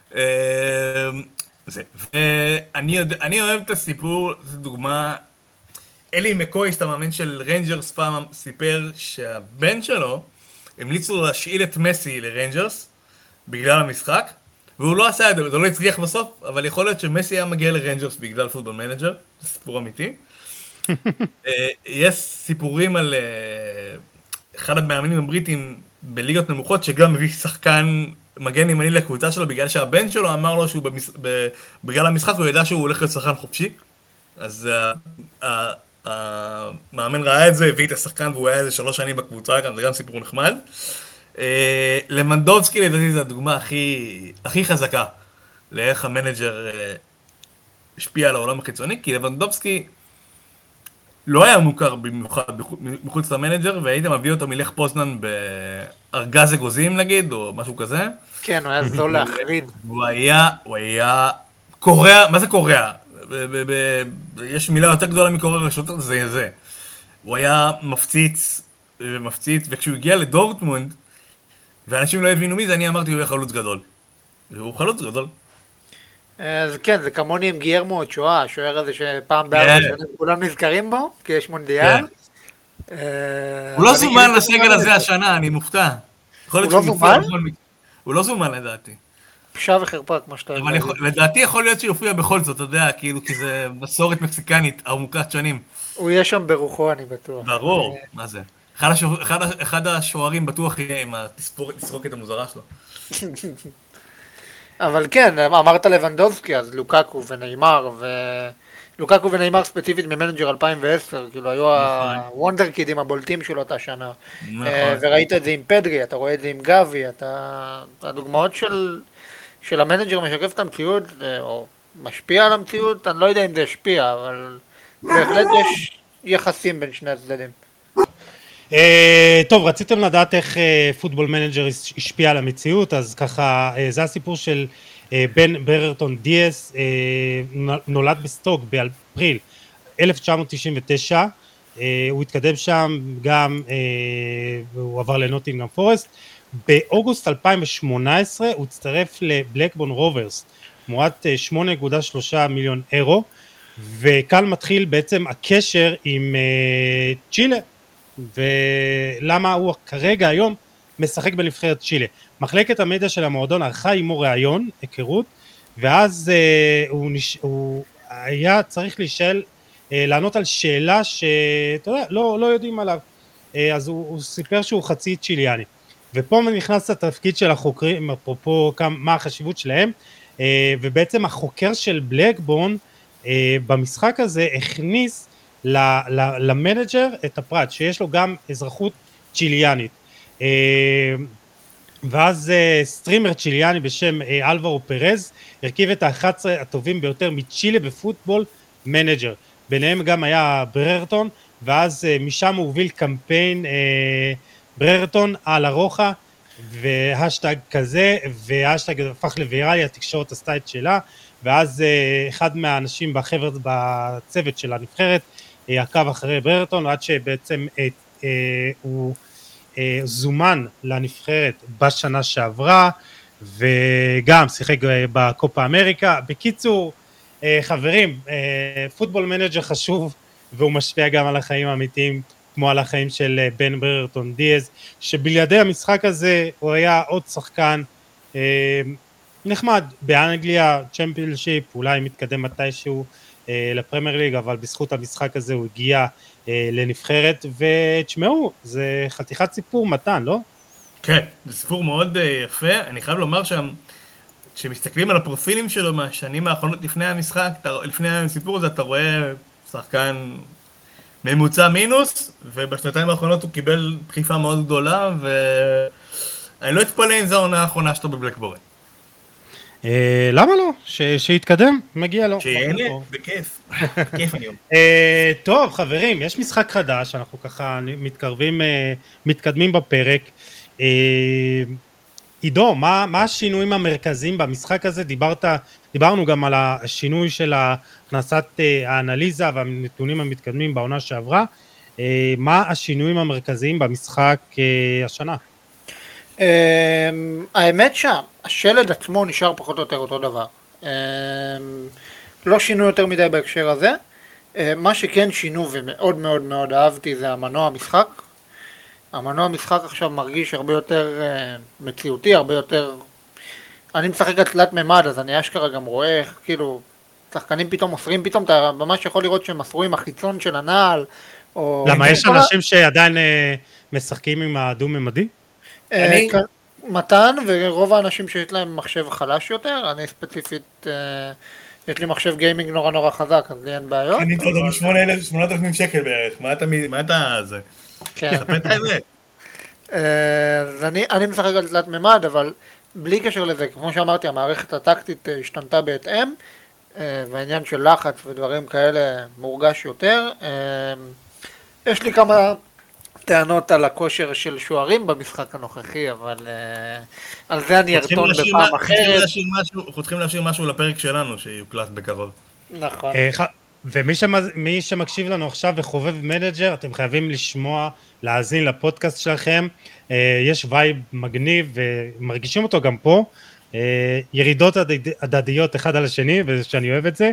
ואני אוהב את הסיפור, זו דוגמה, אלי מקויסט, המאמן של ריינג'רס, פעם סיפר שהבן שלו המליצו לו להשאיל את מסי לריינג'רס בגלל המשחק, והוא לא עשה את זה, זה לא הצליח בסוף, אבל יכול להיות שמסי היה מגיע לריינג'רס בגלל פוטבול מנג'ר, זה סיפור אמיתי. יש סיפורים על אחד המאמנים הבריטים בליגות נמוכות, שגם מביא שחקן מגן ימני לקבוצה שלו, בגלל שהבן שלו אמר לו שהוא בגלל המשחק הוא ידע שהוא הולך להיות שחקן חופשי, אז המאמן ראה את זה, הביא את השחקן והוא היה איזה 3 שנים בקבוצה, זה גם סיפור נחמד. למנדובסקי לדעתי זו הדוגמה הכי חזקה לאיך המנג'ר השפיע על העולם החיצוני, כי למנדובסקי לא היה מוכר במיוחד מחוץ למנג'ר, והיית מביא אותו מלך פוזנן בארגז אגוזים נגיד, או משהו כזה. כן, הוא היה זול להחריד. הוא היה קורע, מה זה קורע? יש מילה יותר גדולה מקורע רשות, זה. הוא היה מפציץ, וכשהוא הגיע לדורטמונד, ואנשים לא הבינו מי זה, אני אמרתי, הוא יהיה חלוץ גדול. והוא חלוץ גדול. אז כן, זה כמוני עם גיירמו אוצ'ואה, השוער הזה שפעם בארבע שנים כולם נזכרים בו, כי יש מונדיאל. הוא לא זומן לסגל הזה השנה, אני מופתע. הוא לא זומן? הוא לא זומן לדעתי. פשועה וחרפה, כמו שאתה יודע. אבל לדעתי יכול להיות שיופיע בכל זאת, אתה יודע, כאילו, כי זה מסורת מקסיקנית ארוכת שנים. הוא יהיה שם ברוחו, אני בטוח. ברור, מה זה? אחד השוערים בטוח יהיה עם התסרוקת המוזרה שלו. אבל כן, אמרת לבנדובסקי, אז לוקאקו וניימר, לוקאקו וניימר ספציפית ממנג'ר 2010, כאילו היו הוונדר קידים הבולטים שלו אותה שנה. וראית את זה עם פדרי, אתה רואה את זה עם גבי, הדוגמאות של המנג'ר משקף את המציאות, או משפיע על המציאות, אני לא יודע אם זה השפיע, אבל בהחלט יש יחסים בין שני הצדדים. טוב, רציתם לדעת איך פוטבול מנג'ר השפיע על המציאות, אז ככה, זה הסיפור של בן ברטון דיאס, נולד בסטוק באפריל 1999, הוא התקדם שם גם, הוא עבר לנוטינגהאם פורסט, באוגוסט 2018 הוא הצטרף לבלקבורן רוברס, תמורת 8.3 מיליון אירו, וכאן מתחיל בעצם הקשר עם צ'ילה, ולמה הוא כרגע היום משחק בנבחרת צ'ילה. מחלקת המדיה של המועדון ערכה עמו ראיון, היכרות, ואז הוא היה צריך לענות על שאלה שאתה יודע, לא יודעים עליו, אז הוא סיפר שהוא חצי צ'יליאני, ופה נכנס לתפקיד של החוקרים, אפרופו מה החשיבות שלהם, ובעצם החוקר של בלקבורן במשחק הזה הכניס למנג'ר את הפרט שיש לו גם אזרחות צ'יליאנית. ואז סטרימר צ'יליאני בשם אלברו פרז הרכיב את ה-11 הטובים ביותר מצ'ילה בפוטבול מנג'ר, ביניהם גם היה בררטון, ואז משם הוא הוביל קמפיין בררטון על הרוחה והשטג כזה, והשטג הפך לוויראלי, התקשורת עשתה את שלה, ואז אחד מהאנשים בצוות של הנבחרת עקב אחרי בררטון עד שבעצם הוא זומן לנבחרת בשנה שעברה, וגם שיחק בקופה אמריקה. בקיצור, חברים, פוטבול מנג'ר חשוב, והוא משפיע גם על החיים האמיתיים, כמו על החיים של בן בררטון דיאז, שבלעדי המשחק הזה הוא היה עוד שחקן נחמד באנגליה, צ'מפיונשיפ, אולי מתקדם מתישהו לפרמייר ליג, אבל בזכות המשחק הזה הוא הגיע לנבחרת, ותשמעו, זה חתיכת סיפור מתן, לא? כן, זה סיפור מאוד יפה. אני חייב לומר כשמסתכלים על הפרופילים שלו מהשנים האחרונות לפני המשחק, לפני הסיפור הזה, אתה רואה שחקן ממוצע מינוס, ובשנתיים האחרונות הוא קיבל דחיפה מאוד גדולה, ואני לא אתפלא אם זו העונה האחרונה שלו בבלקבורן. למה לא? שיתקדם, מגיע לו. שיהנה, בכיף. בכיף אני אומר. טוב, חברים, יש משחק חדש, אנחנו ככה מתקדמים בפרק. עידו, מה השינויים המרכזיים במשחק הזה? דיברנו גם על השינוי של הכנסת האנליזה והנתונים המתקדמים בעונה שעברה. מה השינויים המרכזיים במשחק השנה? האמת שהשלד עצמו נשאר פחות או יותר אותו דבר. לא שינו יותר מדי בהקשר הזה. מה שכן שינו ומאוד מאוד מאוד אהבתי זה המנוע המשחק. המנוע המשחק עכשיו מרגיש הרבה יותר מציאותי, הרבה יותר... אני משחק תלת ממד, אז אני אשכרה גם רואה כאילו שחקנים פתאום מוסרים, פתאום אתה ממש יכול לראות שהם מסרו עם החיצון של הנעל. למה יש אנשים שעדיין משחקים עם הדו-ממדי? מתן ורוב האנשים שיש להם מחשב חלש יותר, אני ספציפית, יש לי מחשב גיימינג נורא נורא חזק, אז לי אין בעיות. אני כבר 8,000 שקל בערך, מה אתה זה? כן. ספר את זה. אז אני משחק על תלת ממד, אבל בלי קשר לזה, כמו שאמרתי, המערכת הטקטית השתנתה בהתאם, והעניין של לחץ ודברים כאלה מורגש יותר. יש לי כמה טענות על הכושר של שוערים במשחק הנוכחי, אבל על זה אני ארטון בפעם אחרת. אנחנו צריכים להשאיר משהו לפרק שלנו שיוקלט בקרוב. נכון. ומי שמקשיב לנו עכשיו וחובב מנג'ר, אתם חייבים לשמוע, להאזין לפודקאסט שלכם. יש וייב מגניב ומרגישים אותו גם פה. ירידות הדדיות אחד על השני, ושאני אוהב את זה.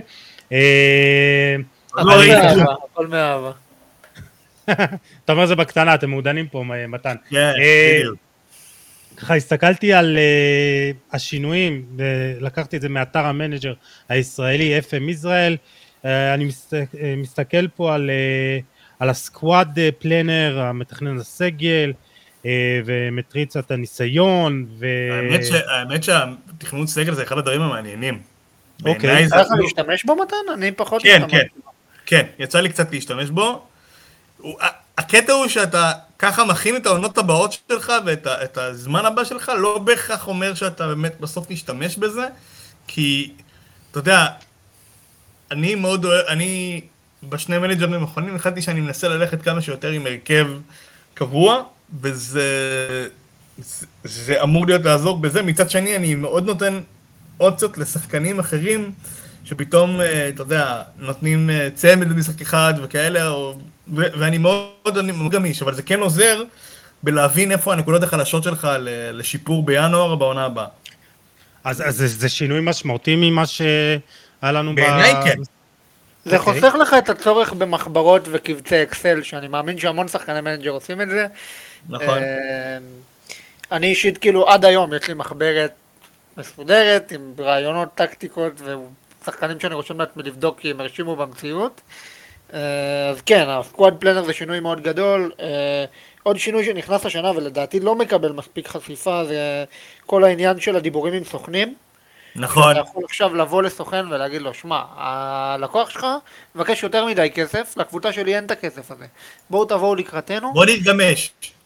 הכל מאהבה. אתה אומר זה בקטנה, אתם מעודנים פה, מתן. כן, בדיוק. ככה הסתכלתי על השינויים, לקחתי את זה מאתר המנג'ר הישראלי, FM ישראל. אני מסתכל פה על הסקוואד פלנר, המתכנן הסגל, ומטריצת הניסיון. האמת שהתכנון סגל זה אחד הדברים המעניינים. אוקיי. יצא לך להשתמש בו מתן? אני פחות להשתמש בו. כן, יצא לי קצת להשתמש בו. הקטע הוא שאתה ככה מכין את העונות הבאות שלך ואת הזמן הבא שלך, לא בהכרח אומר שאתה באמת בסוף תשתמש בזה, כי אתה יודע, אני בשני מנג'רים האחרונים החלטתי שאני מנסה ללכת כמה שיותר עם הרכב קבוע, וזה אמור להיות לעזור בזה. מצד שני אני מאוד נותן אופציות לשחקנים אחרים, שפתאום, אתה יודע, נותנים צמד במשחק אחד וכאלה, ואני מאוד גמיש, אבל זה כן עוזר בלהבין איפה הנקודות החלשות שלך לשיפור בינואר או בעונה הבאה. אז זה שינוי משמעותי ממה שהיה לנו בעיניי כן. זה חוסך לך את הצורך במחברות וקבצי אקסל, שאני מאמין שהמון שחקני מנג'ר עושים את זה. נכון. אני אישית כאילו עד היום יש לי מחברת מסודרת עם רעיונות, טקטיקות ושחקנים שאני רושם לעצמי לבדוק כי הם הרשימו במציאות. אז כן, הסקוואד פלנר זה שינוי מאוד גדול. עוד שינוי שנכנס השנה ולדעתי לא מקבל מספיק חשיפה, זה כל העניין של הדיבורים עם סוכנים. נכון. אתה יכול עכשיו לבוא לסוכן ולהגיד לו, שמע, הלקוח שלך מבקש יותר מדי כסף, לקבוצה שלי אין את הכסף הזה. בואו תבואו לקראתנו. בוא נתגמש.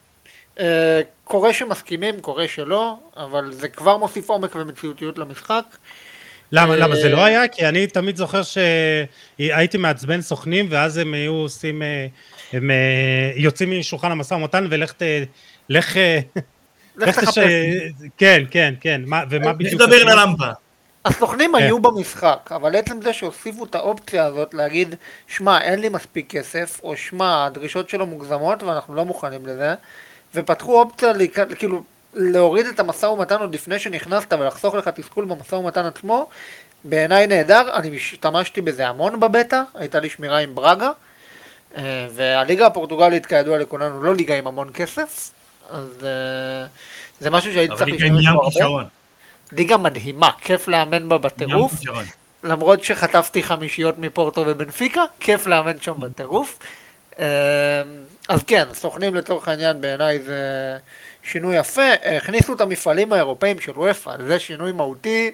קורה שמסכימים, קורה שלא, אבל זה כבר מוסיף עומק ומציאותיות למשחק. למה זה לא היה? כי אני תמיד זוכר שהייתי מעצבן סוכנים, ואז הם היו עושים, הם יוצאים משולחן המשא ומתן, לך תחפש. כן, ומה בדיוק... נדבר ללמפה. הסוכנים היו במשחק, אבל עצם זה שהוסיפו את האופציה הזאת להגיד, שמע, אין לי מספיק כסף, או שמע, הדרישות שלו מוגזמות ואנחנו לא מוכנים לזה, ופתחו אופציה כאילו להוריד את המשא ומתן עוד לפני שנכנסת ולחסוך לך תסכול במשא ומתן עצמו, בעיניי נהדר. אני השתמשתי בזה המון בבטא, הייתה לי שמירה עם ברגה, והליגה הפורטוגלית כידוע לכולנו לא ליגה עם המון כסף, אז זה משהו שהייתי צריך להשתמש בו הרבה. ליגה מדהימה, כיף לאמן בה בטירוף, למרות שחטפתי חמישיות מפורטו ובנפיקה, כיף לאמן שם בטירוף. אז כן, סוכנים לצורך העניין בעיניי זה שינוי יפה. הכניסו את המפעלים האירופאים של וופא, זה שינוי מהותי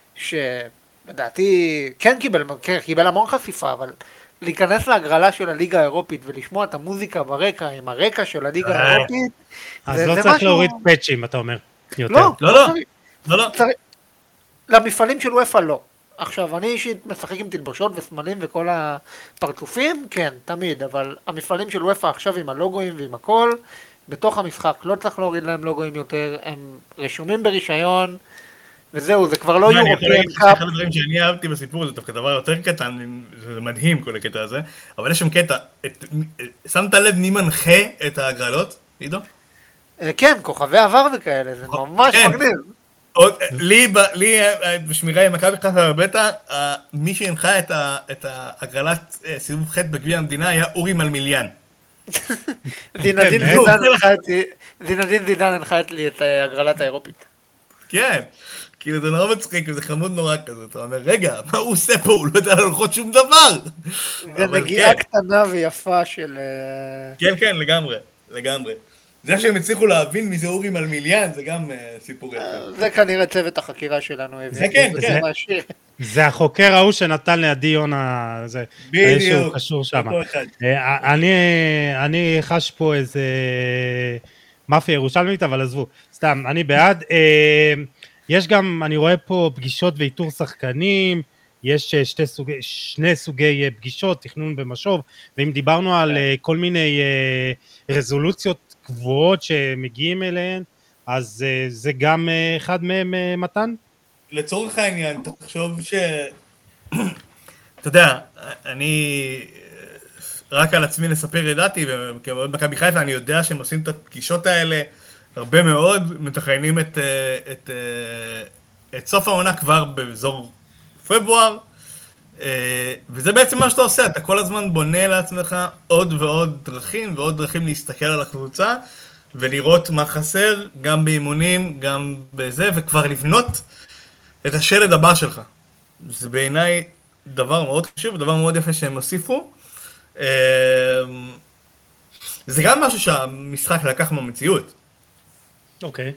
שלדעתי כן קיבל המון חשיפה, אבל להיכנס להגרלה של הליגה האירופית ולשמוע את המוזיקה ברקע עם הרקע של הליגה האירופית, אז לא צריך להוריד פאצ'ים, אתה אומר. לא. למפעלים של וופא לא. עכשיו, אני אישית משחק עם תלבושות וסמלים וכל הפרצופים, כן, תמיד, אבל המפעלים של וופא עכשיו עם הלוגויים ועם הכל, בתוך המשחק לא צריך להוריד להם לוגויים יותר, הם רשומים ברישיון, וזהו, זה כבר לא יורופיאן קאפ. אחד הדברים שאני אהבתי בסיפור הזה, דווקא דבר יותר קטן, זה מדהים כל הקטע הזה, אבל יש שם קטע, שמת לב מי מנחה את ההגרלות, עידו? כן, כוכבי עבר וכאלה, זה ממש מגניב. לי בשמירה עם מכבי חיפה בבטא, מי שהנחה את ההגרלת סיבוב ח' בגביע המדינה היה אורי מלמיליאן. זינדין זידן הנחה לי את ההגרלת האירופית. כן, כאילו זה נורא מצחיק, זה חמוד נורא כזה, אתה אומר, רגע, מה הוא עושה פה? הוא לא יודע ללחוץ שום דבר. זה נגיעה קטנה ויפה של... כן, לגמרי. זה שהם הצליחו להבין מי זה אורי מלמיליאן, זה גם סיפור יפה. זה כנראה צוות החקירה שלנו. זה כן. זה החוקר ההוא שנתן לידי יונה, זה איזשהו קשור שם. אני חש פה איזה מאפיה ירושלמית, אבל עזבו, סתם, אני בעד. יש גם, אני רואה פה פגישות ואיתור שחקנים, יש שני סוגי פגישות, תכנון במשוב, ואם דיברנו על כל מיני רזולוציות גבוהות שמגיעים אליהן, אז זה גם אחד מהם מתן? לצורך העניין, תחשוב ש... אתה יודע, אני רק על עצמי לספר ידעתי, וכמובן מכבי חיפה אני יודע שהם עושים את הפגישות האלה הרבה מאוד, מתכננים את סוף העונה כבר באזור פברואר, וזה בעצם מה שאתה עושה, אתה כל הזמן בונה לעצמך עוד ועוד דרכים ועוד דרכים להסתכל על הקבוצה ולראות מה חסר, גם באימונים, גם בזה, וכבר לבנות את השלד הבא שלך. זה בעיניי דבר מאוד חשוב, דבר מאוד יפה שהם הוסיפו. זה גם משהו שהמשחק לקח מהמציאות. אוקיי.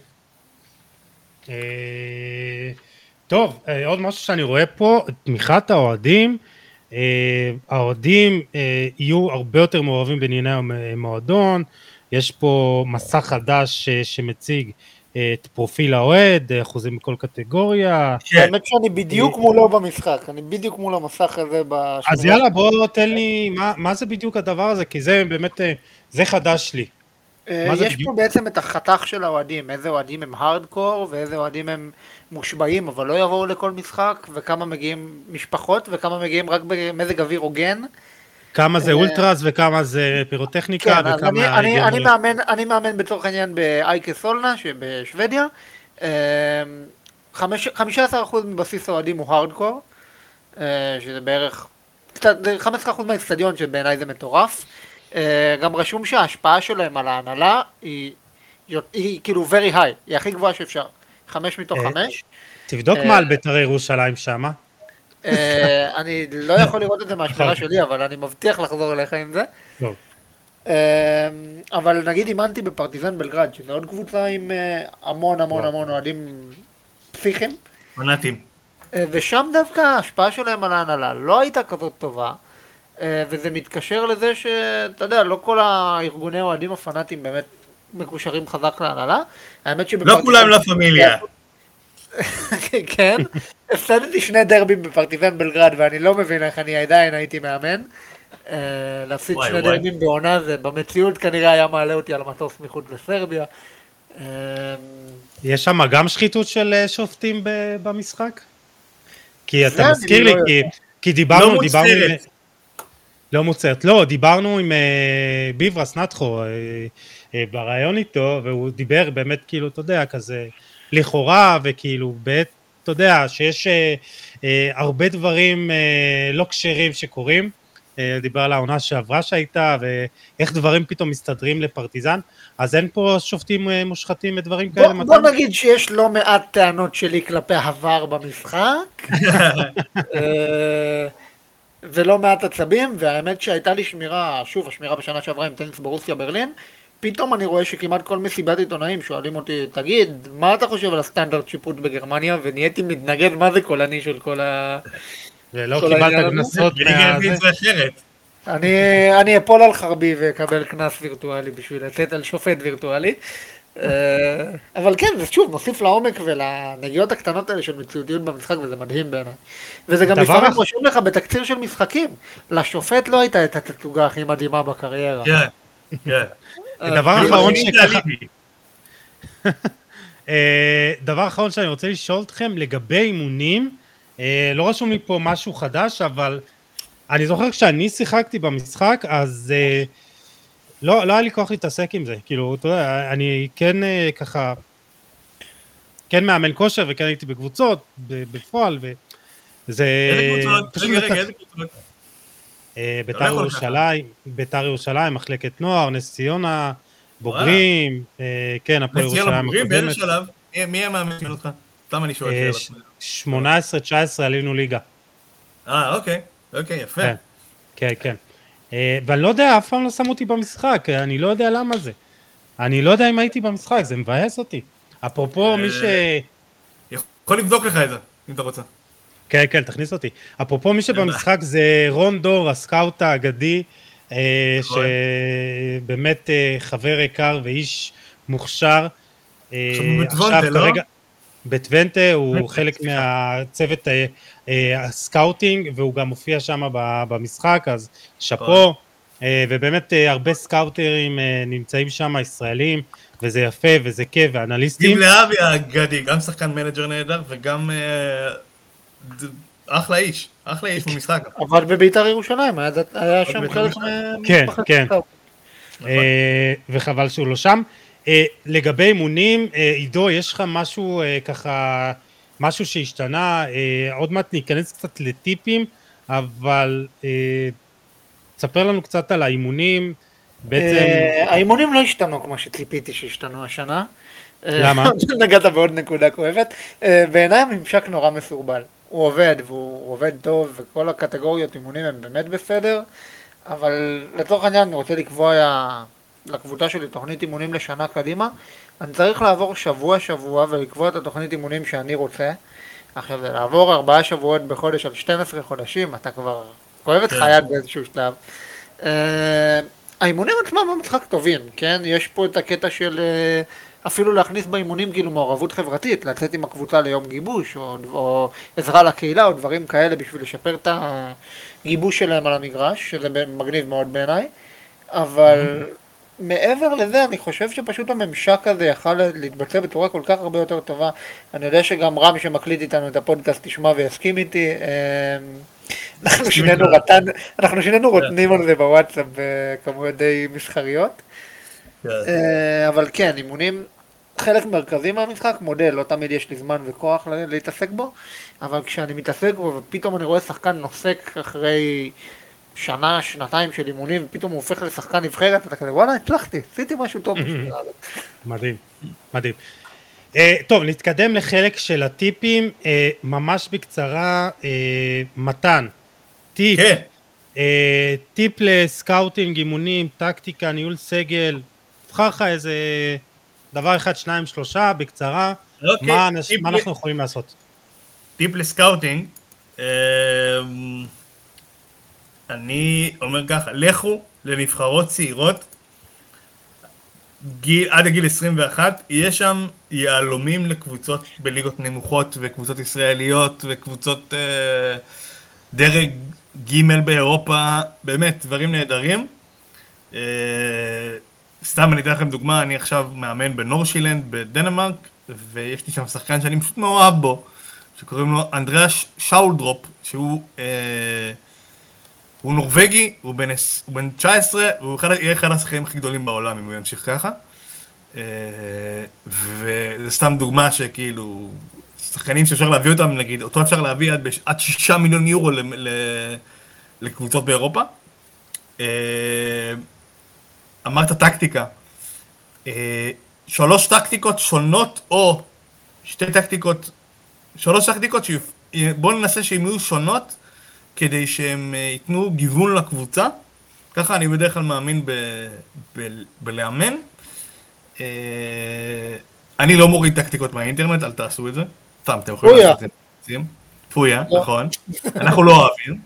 טוב, עוד משהו שאני רואה פה, תמיכת האוהדים, האוהדים יהיו הרבה יותר מעורבים בענייני המועדון, יש פה מסך חדש שמציג את פרופיל האוהד, אחוזים בכל קטגוריה. האמת שאני בדיוק מולו במשחק, אני בדיוק מול המסך הזה. אז יאללה, בוא תן לי, מה זה בדיוק הדבר הזה, כי זה באמת, זה חדש לי. יש פה בעצם את החתך של האוהדים, איזה אוהדים הם הארדקור ואיזה אוהדים הם מושבעים אבל לא יבואו לכל משחק, וכמה מגיעים משפחות וכמה מגיעים רק במזג אוויר הוגן. כמה זה אולטרס וכמה זה פירוטכניקה וכמה... אני מאמן בתוך העניין באייקה סולנה שבשוודיה, 15% מבסיס האוהדים הוא הארדקור, שזה בערך 15% מהאצטדיון שבעיניי זה מטורף. גם רשום שההשפעה שלהם על ההנהלה היא כאילו very high, היא הכי גבוהה שאפשר, 5 מתוך 5. תבדוק מה על בית"ר ירושלים שמה. אני לא יכול לראות את זה מהשפעה שלי, אבל אני מבטיח לחזור אליך עם זה. אבל נגיד אימנתי בפרטיזן בלגרד, שזה עוד קבוצה עם המון אוהדים פסיכיים. מנתים. ושם דווקא ההשפעה שלהם על ההנהלה לא הייתה כזאת טובה. וזה מתקשר לזה שאתה יודע, לא כל הארגוני האוהדים הפנאטיים באמת מקושרים חזק להנהלה. האמת לא כולם לה פמיליה. כן, הפסדתי 2 דרבים בפרטיזן בלגרד, ואני לא מבין איך אני עדיין הייתי מאמן. להפסיד 2 דרבים בעונה, זה במציאות כנראה היה מעלה אותי על המטוס מחוץ לסרביה. יש שם גם שחיתות של שופטים במשחק? כי אתה מזכיר לי, כי דיברנו... לא מוצרת. לא, דיברנו עם ביברס נתחו ברעיון איתו, והוא דיבר באמת כאילו, אתה יודע, כזה לכאורה, וכאילו, אתה יודע, שיש הרבה דברים לא כשרים שקורים, דיבר על העונה שעברה שהייתה, ואיך דברים פתאום מסתדרים לפרטיזן, אז אין פה שופטים מושחתים ודברים כאלה? בוא נגיד שיש לא מעט טענות שלי כלפי העבר במשחק, ולא מעט עצבים, והאמת שהייתה לי שמירה, שוב, השמירה בשנה שעברה עם טניס ברוסיה ברלין, פתאום אני רואה שכמעט כל מסיבת עיתונאים שואלים אותי, תגיד, מה אתה חושב על הסטנדרט שיפוט בגרמניה? ונהייתי מתנגד מה זה קולני של כל ה... ולא קיבלת כנסות אני אפול על חרבי ואקבל כנס וירטואלי בשביל לתת על שופט וירטואלי. אבל כן, זה שוב מוסיף לעומק ולנגיעות הקטנות האלה של מציאותיות במשחק, וזה מדהים בעיניי. וזה גם לפעמים רשום לך בתקציר של משחקים. לשופט לא הייתה את התצוגה הכי מדהימה בקריירה. כן, כן. דבר אחרון שאני רוצה לשאול אתכם לגבי אימונים, לא רשום לי פה משהו חדש, אבל אני זוכר כשאני שיחקתי במשחק, אז לא היה לי כוח להתעסק עם זה, כאילו, אתה יודע, אני כן ככה, כן מאמן כושר וכן הייתי בקבוצות, בפועל, וזה... איזה קבוצות? רגע, איזה קבוצות? בית"ר ירושלים, מחלקת נוער, נס ציונה, בוגרים, כן, הפועל ירושלים. נס ציונה בוגרים, באיזה שלב? מי המאמן של אותך? סתם אני שואל. 18-19 עלינו ליגה. אוקיי, יפה. כן, כן. ואני לא יודע, אף פעם לא שם אותי במשחק, אני לא יודע למה זה. אני לא יודע אם הייתי במשחק, זה מבאס אותי. אפרופו מי יכול לבדוק לך את זה, אם אתה רוצה. כן, כן, תכניס אותי. אפרופו מי שבמשחק זה רון דור, הסקאוט האגדי, שבאמת חבר יקר ואיש מוכשר. בטוונטה, לא? בטוונטה הוא חלק מהצוות הסקאוטינג, והוא גם מופיע שם במשחק, אז שפו, ובאמת הרבה סקאוטרים נמצאים שם, ישראלים, וזה יפה וזה כיף, ואנליסטים. גיל להבי האגדי, גם שחקן מנג'ר נהדר, וגם אחלה איש במשחק. אבל בבית"ר ירושלים, היה שם חלק כן, כן. וחבל שהוא לא שם. לגבי אימונים, עידו, יש לך משהו ככה, משהו שהשתנה, עוד מעט ניכנס קצת לטיפים, אבל תספר לנו קצת על האימונים, בעצם... האימונים לא השתנו כמו שציפיתי שהשתנו השנה. למה? נגעת בעוד נקודה כואבת. בעיניי הממשק נורא מסורבל. הוא עובד, והוא עובד טוב, וכל הקטגוריות אימונים הם באמת בסדר, אבל לצורך העניין אני רוצה לקבוע לקבוצה שלי תוכנית אימונים לשנה קדימה, אני צריך לעבור שבוע ולקבוע את התוכנית אימונים שאני רוצה. עכשיו זה לעבור 4 שבועות בחודש על 12 חודשים, אתה כבר כואב את חיית באיזשהו שלב. האימונים עצמם במשחק טובים, כן? יש פה את הקטע של אפילו להכניס באימונים כאילו מעורבות חברתית, לצאת עם הקבוצה ליום גיבוש, או עזרה לקהילה, או דברים כאלה בשביל לשפר את הגיבוש שלהם על המגרש, שזה מגניב מאוד בעיניי, אבל מעבר לזה אני חושב שפשוט הממשק הזה יכל להתבצע בצורה כל כך הרבה יותר טובה. אני יודע שגם רם שמקליט איתנו את הפודקאסט תשמע ויסכים איתי, אנחנו שנינו רותנים על זה בוואטסאפ בכמויות די מסחריות, אבל כן, אימונים חלק מרכזי מהמשחק, מודל, לא תמיד יש לי זמן וכוח להתעסק בו, אבל כשאני מתעסק בו ופתאום אני רואה שחקן נוסק אחרי שנה, שנתיים של אימונים, ופתאום הוא הופך לשחקן נבחרת, אתה כזה, וואלה, הצלחתי, עשיתי משהו טוב. מדהים, מדהים. טוב, נתקדם לחלק של הטיפים, ממש בקצרה, מתן, טיפ, טיפ לסקאוטינג, אימונים, טקטיקה, ניהול סגל, תבחר לך איזה דבר אחד, 2, 3, בקצרה, מה אנחנו יכולים לעשות? טיפ לסקאוטינג, אני אומר ככה, לכו לנבחרות צעירות, עד הגיל 21, יש שם יהלומים לקבוצות בליגות נמוכות, וקבוצות ישראליות, וקבוצות דרג ג' באירופה, באמת, דברים נהדרים. סתם אני אתן לכם דוגמה, אני עכשיו מאמן בנורשילנד בדנמרק, ויש לי שם שחקן שאני פשוט מאוהב בו, שקוראים לו אנדריאס שאולדרופ, שהוא נורווגי, הוא בן 19, והוא יהיה אחד השחקנים הכי גדולים בעולם אם הוא ימשיך ככה. וזה סתם דוגמה שכאילו, שחקנים שאפשר להביא אותם, נגיד, אותו אפשר להביא עד 6 מיליון יורו לקבוצות באירופה. אמרת טקטיקה. 3 טקטיקות שונות, או 3 טקטיקות, בואו ננסה שהן יהיו שונות, כדי שהם ייתנו גיוון לקבוצה. ככה אני בדרך כלל מאמין בלאמן. אני לא מוריד טקטיקות מהאינטרנט, אל תעשו את זה. סתם, אתם יכולים לעשות את זה. פויה, נכון. אנחנו לא אוהבים.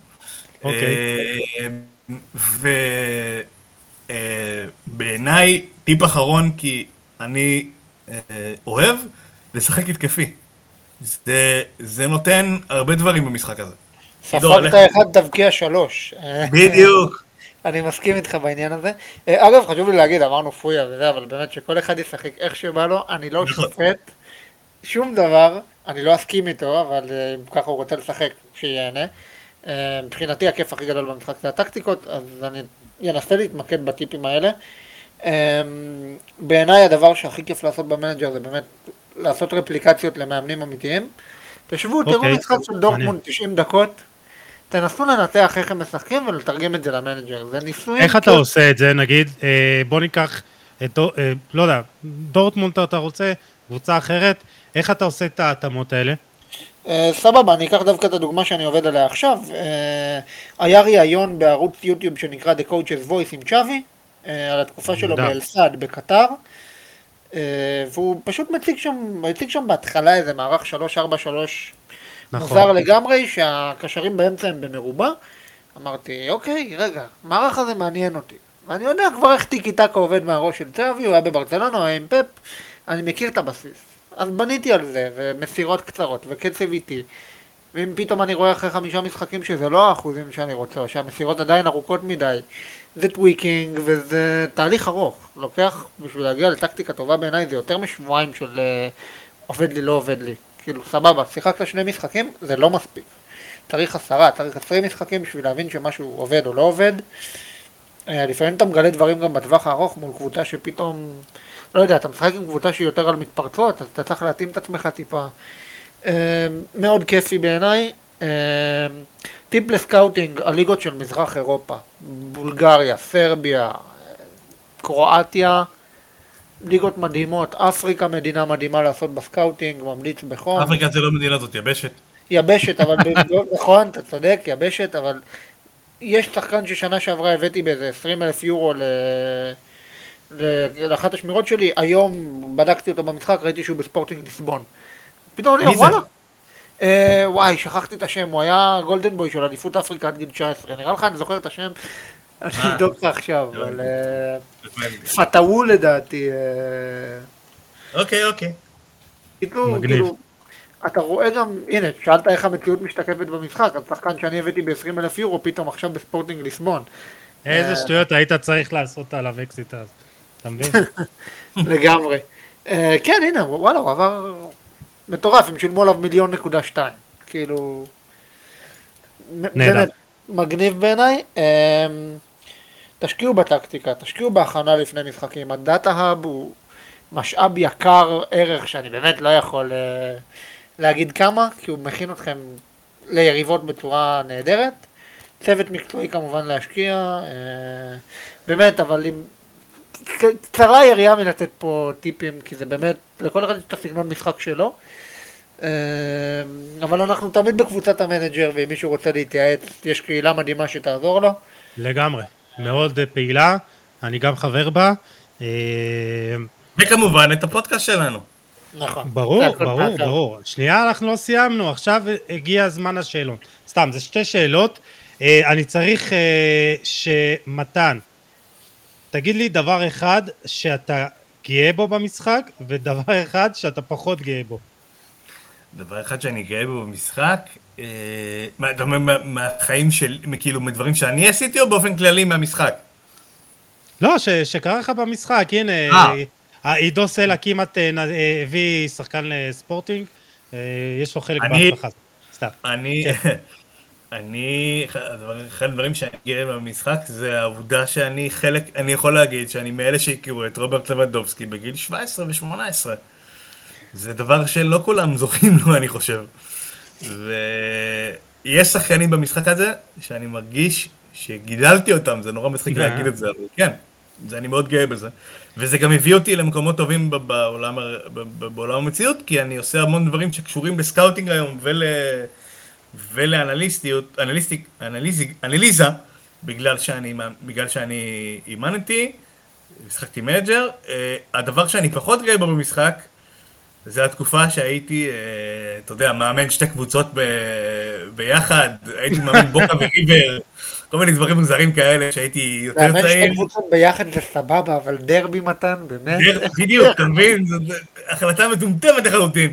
ובעיניי, טיפ אחרון, כי אני אוהב לשחק התקפי. זה נותן הרבה דברים במשחק הזה. ספגת 1 תבקיע 3. בדיוק. אני מסכים איתך בעניין הזה. אגב, חשוב לי להגיד, אמרנו פויה וזה, אבל באמת שכל אחד ישחק איך שבא לו, אני לא שופט שום דבר, אני לא אסכים איתו, אבל אם ככה הוא רוצה לשחק, שיהנה. מבחינתי הכיף הכי גדול במשחק זה הטקטיקות, אז אני אנסה להתמקד בטיפים האלה. בעיניי הדבר שהכי כיף לעשות במנג'ר זה באמת לעשות רפליקציות למאמנים אמיתיים. תשבו, תראו משחק של דורטמונד 90 דקות, תנסו לנתח איך הם משחקים ולתרגם את זה למנג'ר. זה ניסוי... איך אתה עושה את זה, נגיד? בוא ניקח את, לא יודע, דורטמונד אתה רוצה, קבוצה אחרת, איך אתה עושה את ההתאמות האלה? סבבה, אני אקח דווקא את הדוגמה שאני עובד עליה עכשיו. היה ראיון בערוץ יוטיוב שנקרא The Coach's Voice עם צ'אבי, על התקופה שלו באלסד בקטר, והוא פשוט מציג שם בהתחלה איזה מערך 343 מוזר לגמרי, שהקשרים באמצע הם במרובה. אמרתי, אוקיי, רגע, מערך הזה מעניין אותי. ואני יודע כבר איך טיקי טקה עובד מהראש של צ'אבי, הוא היה בברצלונה, הוא היה עם פפ, אני מכיר את הבסיס. אז בניתי על זה, ומסירות קצרות, וקצב איטי. ואם פתאום אני רואה אחרי 5 משחקים שזה לא האחוזים שאני רוצה, או שהמסירות עדיין ארוכות מדי, זה טוויקינג, וזה תהליך ארוך. לוקח, בשביל להגיע לטקטיקה טובה בעיניי, זה יותר משבועיים של עובד לי, לא עובד לי. כאילו, סבבה, שיחקת 2 משחקים, זה לא מספיק. צריך 10, צריך 20 משחקים בשביל להבין שמשהו עובד או לא עובד. לפעמים אתה מגלה דברים גם בטווח הארוך מול קבוצה שפתאום, לא יודע, אתה משחק עם קבוצה שהיא יותר על מתפרצות, אז אתה צריך להתאים את עצמך טיפה. מאוד כיפי בעיניי. טיפ לסקאוטינג, הליגות של מזרח אירופה, בולגריה, סרביה, קרואטיה, ליגות מדהימות, אפריקה מדינה מדהימה לעשות בסקאוטינג, ממליץ בחום. אפריקה זה לא מדינה זאת, יבשת. יבשת, אבל נכון, אתה צודק, יבשת, אבל יש שחקן ששנה שעברה הבאתי באיזה 20,000 יורו לאחת השמירות שלי, היום בדקתי אותו במשחק, ראיתי שהוא בספורטינג ליסבון. פתאום אני וואלה. וואי, שכחתי את השם, הוא היה גולדן בוי של עדיפות אפריקה עד גיל 19, נראה לך, אני זוכר את השם, אני אבדוק לך עכשיו, אבל פתאו לדעתי. אוקיי. כאילו, אתה רואה גם, הנה, שאלת איך המציאות משתקפת במשחק, אז שחקן שאני הבאתי ב-20,000 יורו, פתאום עכשיו בספורטינג ליסבון. איזה שטויות היית צריך לעשות עליו אקזיט אז, אתה מבין? לגמרי. כן, הנה, וואלה, הוא עבר מטורף, הם שילמו עליו 1,200,000, כאילו, באמת מגניב בעיניי. תשקיעו בטקטיקה, תשקיעו בהכנה לפני משחקים, הדאטה האב הוא משאב יקר ערך שאני באמת לא יכול להגיד כמה, כי הוא מכין אתכם ליריבות בצורה נהדרת. צוות מקצועי כמובן להשקיע, באמת, אבל אם קצרה יריעה מלתת פה טיפים, כי זה באמת, לכל אחד יש את הסגנון משחק שלו, אבל אנחנו תמיד בקבוצת המנג'ר, ואם מישהו רוצה להתייעץ, יש קהילה מדהימה שתעזור לו. לגמרי, מאוד פעילה, אני גם חבר בה. וכמובן את הפודקאסט שלנו. נכון. ברור. שנייה, אנחנו לא סיימנו, עכשיו הגיע הזמן השאלון. סתם, זה 2 שאלות. אני צריך שמתן, תגיד לי דבר אחד שאתה גאה בו במשחק, ודבר אחד שאתה פחות גאה בו. דבר אחד שאני גאה בו במשחק, מהחיים של, כאילו, מדברים שאני עשיתי, או באופן כללי מהמשחק? לא, שקרה לך במשחק, הנה, עידו סלע כמעט הביא שחקן לספורטינג, יש לו חלק בהצלחה. סתם. אחד הדברים שאני גאה במשחק זה העובדה שאני אני יכול להגיד שאני מאלה שהכירו את רוברט לבנדובסקי בגיל 17 ו-18. זה דבר שלא כולם זוכים לו, אני חושב. ויש שחקנים במשחק הזה שאני מרגיש שגידלתי אותם, זה נורא מצחיק להגיד את זה, אבל כן, אני מאוד גאה בזה. וזה גם הביא אותי למקומות טובים בעולם המציאות, כי אני עושה המון דברים שקשורים לסקאוטינג היום אנליזה, בגלל שאני אימנתי, משחקתי מנג'ר. הדבר שאני פחות גאה בו במשחק, זה התקופה שהייתי, אתה יודע, מאמן שתי קבוצות ביחד, הייתי מאמן בוקה וריבר, כל מיני דברים מוזרים כאלה שהייתי יותר צעיר. מאמן שתי קבוצות ביחד זה סבבה, אבל דרבי מתן, באמת? בדיוק, אתה מבין? זו החלטה מטומטמת לחלוטין.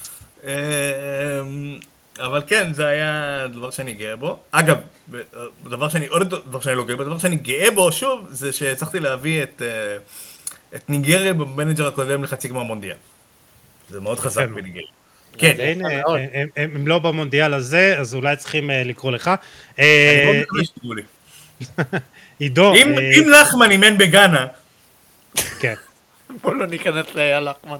אבל כן, זה היה דבר שאני גאה בו. אגב, עוד דבר שאני לא גאה בו, דבר שאני גאה בו, שוב, זה שהצלחתי להביא את ניגריה במנג'ר הקודם לחצי גמר מונדיאל. זה מאוד חזק בניגריה. כן. הם לא במונדיאל הזה, אז אולי צריכים לקרוא לך. אני מאוד מקווה שתקראו לי. עידו. אם לחמן אימן בגאנה. כן. בוא לא ניכנס לאייל לחמן.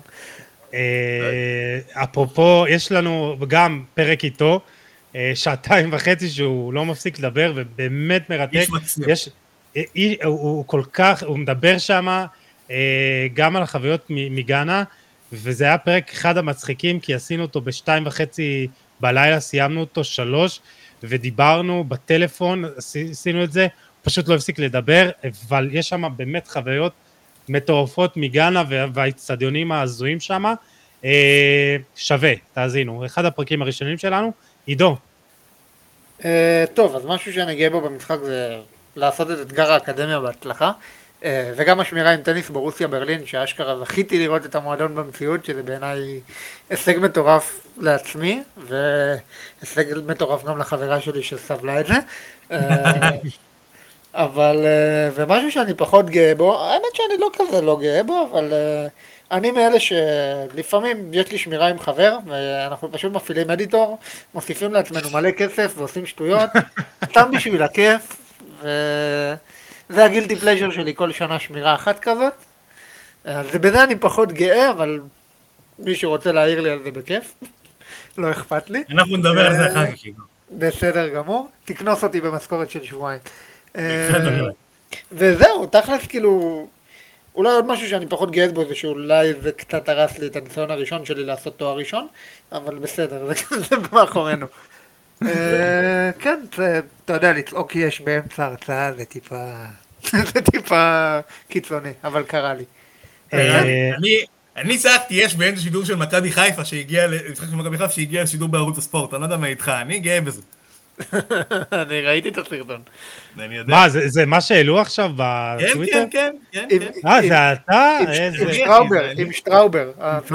אפרופו, יש לנו גם פרק איתו, 2.5 שהוא לא מפסיק לדבר, ובאמת מרתק. הוא כל כך, הוא מדבר שם גם על החוויות מגאנה, וזה היה פרק אחד המצחיקים, כי עשינו אותו 2.5 בלילה, סיימנו אותו 3, ודיברנו בטלפון, עשינו את זה, פשוט לא הפסיק לדבר, אבל יש שם באמת חוויות מטורפות מגאנה, והאצטדיונים ההזויים שם, שווה, תאזינו, אחד הפרקים הראשונים שלנו. עידו. טוב, אז משהו שאני גאה בו במשחק זה לעשות את אתגר האקדמיה בהצלחה, וגם השמירה עם טניס ברוסיה ברלין, שאשכרה זכיתי לראות את המועדון במציאות, שזה בעיניי הישג מטורף לעצמי, והישג מטורף גם לחברה שלי שסבלה את זה. אבל, ומשהו שאני פחות גאה בו, האמת שאני לא כזה לא גאה בו, אבל אני מאלה שלפעמים יש לי שמירה עם חבר, ואנחנו פשוט מפעילים אדיטור, מוסיפים לעצמנו מלא כסף ועושים שטויות, סתם בשביל הכיף, זה הגילטי פלייז'ר שלי כל שנה שמירה אחת כזאת. אז בזה אני פחות גאה, אבל מי שרוצה להעיר לי על זה בכיף, לא אכפת לי. אנחנו נדבר על זה אחר כך. בסדר גמור, תקנוס אותי במשכורת של שבועיים. וזהו, תכלס כאילו, אולי עוד משהו שאני פחות גאה בו זה שאולי זה קצת הרס לי את הניסיון הראשון שלי לעשות תואר ראשון, אבל בסדר, זה מאחורינו. כן, אתה יודע, לצעוק יש באמצע הרצאה, זה טיפה קיצוני, אבל קרה לי. אני צעקתי יש באמצע שידור של מכבי חיפה שהגיע לשידור בערוץ הספורט, אני לא יודע מה איתך, אני גאה בזה. אני ראיתי את הסרטון. מה, זה מה שהעלו עכשיו בטוויטר? כן. זה אתה? עם שטראובר.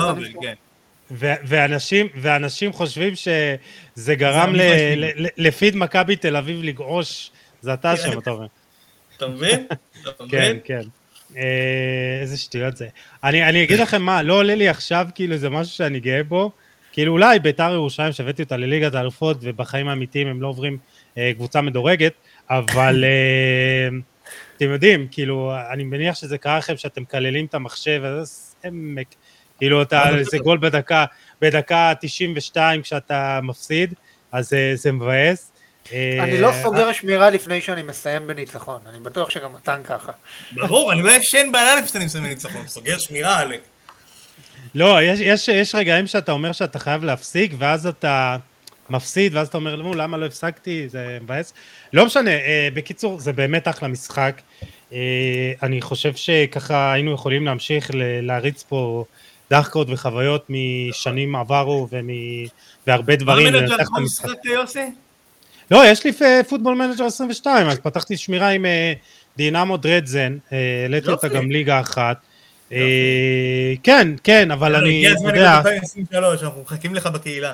ואנשים חושבים שזה גרם לפיד מכבי תל אביב לגעוש, זה אתה שם, אתה אומר. אתה מבין? כן. איזה שטויות זה. אני אגיד לכם מה, לא עולה לי עכשיו, כאילו זה משהו שאני גאה בו, כאילו אולי בית"ר ירושלים שהבאתי אותה לליגת האלופות, ובחיים האמיתיים הם לא עוברים קבוצה מדורגת, אבל אתם יודעים, כאילו, אני מניח שזה קרה לכם שאתם כללים את המחשב, אז כאילו זה גול בדקה 92 כשאתה מפסיד, אז זה מבאס. אני לא סוגר שמירה לפני שאני מסיים בניצחון, אני בטוח שגם מתן ככה. ברור, אני לא ישן בעלה לפני שאני מסיים בניצחון, סוגר שמירה עלי. לא, יש רגעים שאתה אומר שאתה חייב להפסיק, ואז אתה מפסיד, ואז אתה אומר, למה לא הפסקתי, זה מבאס. לא משנה, בקיצור, זה באמת אחלה משחק. אני חושב שככה היינו יכולים להמשיך להריץ פה דחקות וחוויות משנים עברו, והרבה דברים. מה מנג'ר כל משחק יוסי? לא, יש לי פוטבול מנג'ר 22, אז פתחתי שמירה עם דינמו דרדזן, העליתי אותה גם ליגה אחת, כן, אבל אני הגיע הזמן יודע... לגבי 2023, אנחנו מחכים לך בקהילה.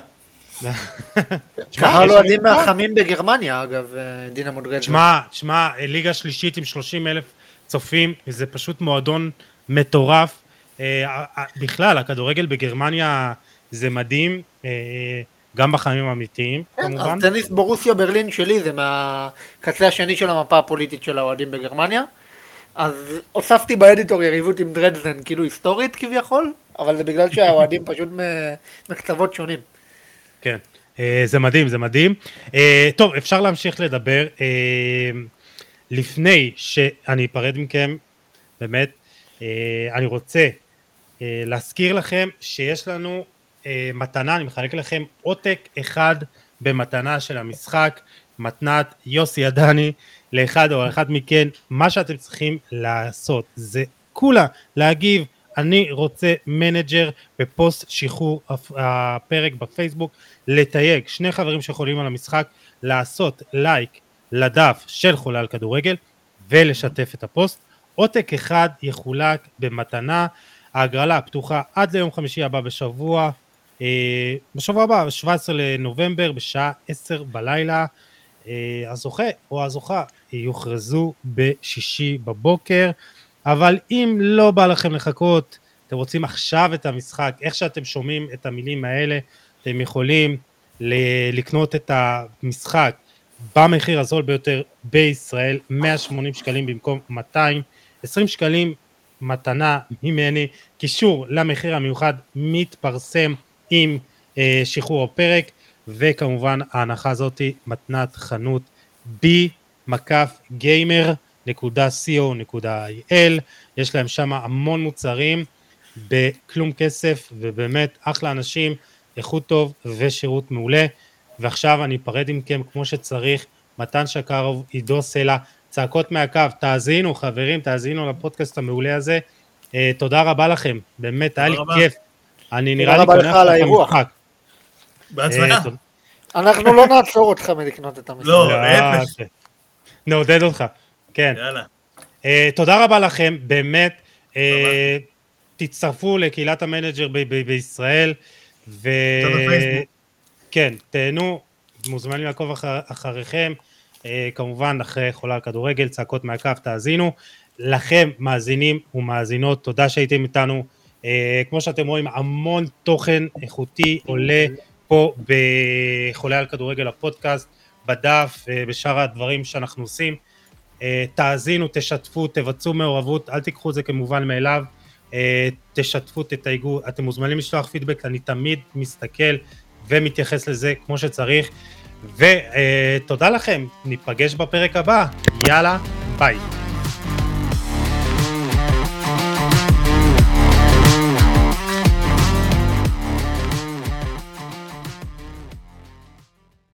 קהל אוהדים מהחמים בגרמניה, אגב, דינמו דרזדן. תשמע, ליגה שלישית עם 30,000 צופים, זה פשוט מועדון מטורף. בכלל, הכדורגל בגרמניה זה מדהים, גם בחיים האמיתיים, כמובן. אז טניס בורוסיה ברלין שלי זה מהקצה השני של המפה הפוליטית של האוהדים בגרמניה. אז הוספתי באדיטור יריבות עם דרדזן, כאילו היסטורית כביכול, אבל זה בגלל שהאוהדים פשוט מקצוות שונים. כן, זה מדהים, זה מדהים. טוב, אפשר להמשיך לדבר. לפני שאני אפרד מכם, באמת, אני רוצה להזכיר לכם שיש לנו מתנה, אני מחלק לכם עותק אחד במתנה של המשחק, מתנת יוסי עדני לאחד או אחד מכן. מה שאתם צריכים לעשות זה כולה להגיב אני רוצה מנג'ר בפוסט שחרור הפרק בפייסבוק, לתייג שני חברים שיכולים על המשחק, לעשות לייק לדף של חולה על כדורגל ולשתף את הפוסט. עותק אחד יחולק במתנה. ההגרלה פתוחה עד ליום חמישי הבא בשבוע הבא, 17 לנובמבר בשעה 10 בלילה. הזוכה או הזוכה יוכרזו בשישי בבוקר, אבל אם לא בא לכם לחכות, אתם רוצים עכשיו את המשחק, איך שאתם שומעים את המילים האלה, אתם יכולים לקנות את המשחק במחיר הזול ביותר בישראל, 180 שקלים במקום 200, 20 שקלים מתנה ממני, קישור למחיר המיוחד מתפרסם עם שחרור הפרק, וכמובן ההנחה הזאת מתנת חנות b-gamer.co.il, יש להם שם המון מוצרים בכלום כסף, ובאמת אחלה אנשים, איכות טוב ושירות מעולה. ועכשיו אני אפרד מכם כמו שצריך, מתן שקרוב, עידו סלע, צעקות מהקו, תאזינו חברים, תאזינו לפודקאסט המעולה הזה. תודה רבה לכם, באמת היה לי כיף. אני נראה לי קונה את המשחק. בהצלחה. אנחנו לא נעצור אותך מלקנות את המשחק. לא, אפס. נעודד אותך, כן. יאללה. תודה רבה לכם, באמת. תצטרפו לקהילת המנג'ר בישראל, וכן, תהנו, מוזמנים לעקוב אחריכם, כמובן אחרי חולה על כדורגל, צעקות מהקו, תאזינו. לכם מאזינים ומאזינות, תודה שהייתם איתנו. כמו שאתם רואים, המון תוכן איכותי עולה פה בחולה על כדורגל הפודקאסט, בדף, בשאר הדברים שאנחנו עושים. תאזינו, תשתפו, תבצעו מעורבות, אל תיקחו את זה כמובן מאליו, תשתפו, תתייגו, אתם מוזמנים לשלוח פידבק, אני תמיד מסתכל ומתייחס לזה כמו שצריך, ותודה לכם, ניפגש בפרק הבא, יאללה, ביי.